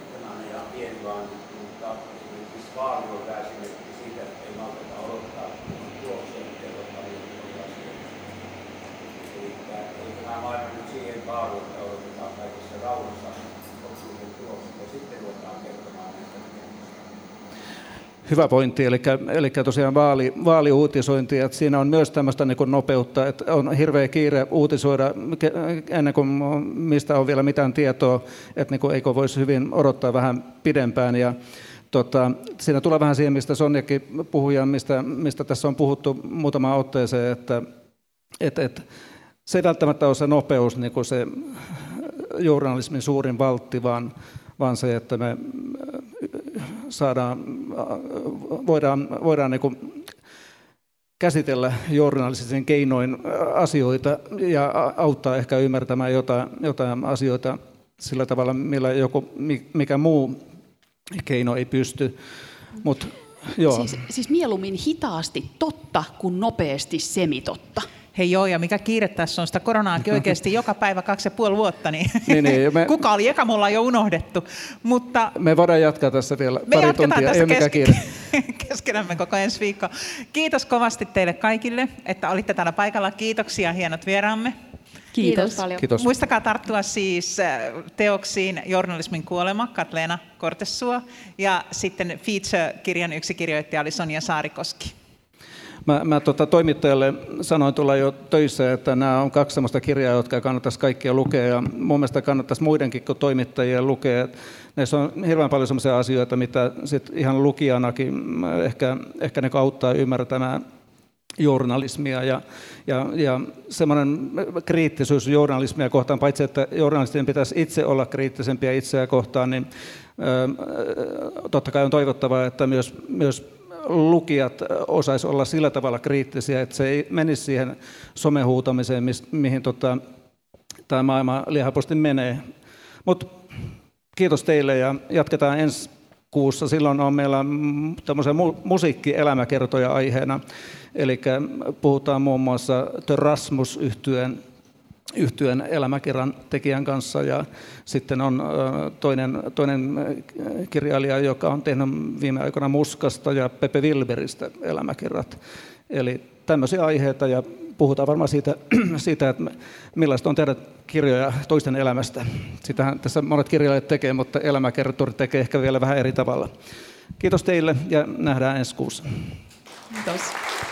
Hyvä pointti, eli tosiaan vaaliuutisointi, että siinä on myös tämmöistä niin kuin nopeutta, että on hirveä kiire uutisoida ennen kuin mistä on vielä mitään tietoa, että niin kuin eikö voisi hyvin odottaa vähän pidempään. Ja siinä tulee vähän siihen, mistä Sonjakin puhui ja mistä tässä on puhuttu muutamaan otteeseen, että se ei välttämättä ole se nopeus, niin kuin se journalismin suurin valtti, vaan se, että me voidaan niin kuin käsitellä journalistisen keinoin asioita ja auttaa ehkä ymmärtämään jotain asioita sillä tavalla, millä mikä muu keino ei pysty. Mut, joo. Siis mieluummin hitaasti totta kuin nopeasti semitotta. Hei joo, ja mikä kiire tässä on sitä koronaakin oikeasti joka päivä 2,5 vuotta, niin kuka oli eka, me ollaan jo unohdettu. Mutta me voidaan jatkaa tässä vielä pari tuntia, ei ole mikään kiire. Keskenämme koko ensi viikko. Kiitos kovasti teille kaikille, että olitte täällä paikalla. Kiitoksia, hienot vieraamme. Kiitos paljon. Kiitos. Muistakaa tarttua siis teoksiin Journalismin kuolema, Katleena Kortessuo, ja sitten Feature-kirjan yksi kirjoittaja oli Sonja Saarikoski. Mä toimittajalle sanoin tulla jo töissä, että nämä on 2 sellaista kirjaa, jotka kannattaisi kaikkia lukea, ja mun mielestä kannattaisi muidenkin kuin toimittajien lukea. Näissä on hirveän paljon sellaisia asioita, mitä sit ihan lukijanakin ehkä ne auttaa ymmärtämään journalismia ja semmoinen kriittisyys journalismia kohtaan, paitsi että journalistien pitäisi itse olla kriittisempiä itseä kohtaan, niin totta kai on toivottavaa, että myös lukijat osaisi olla sillä tavalla kriittisiä, että se ei menisi siihen somehuutamiseen, mihin tämä maailma liian helposti menee. Mutta kiitos teille ja jatketaan ensi kuussa. Silloin on meillä tämmöisiä musiikkielämäkertoja aiheena. Eli puhutaan muun muassa The Rasmus yhtyeen elämäkerran tekijän kanssa, ja sitten on toinen kirjailija, joka on tehnyt viime aikoina Muskasta ja Pepe Wilberistä elämäkerrat. Eli tämmöisiä aiheita, ja puhutaan varmaan siitä että millaista on tehdä kirjoja toisten elämästä. Sitähän tässä monet kirjailijat tekee, mutta elämäkertorit tekee ehkä vielä vähän eri tavalla. Kiitos teille ja nähdään ensi kuussa. Kiitos.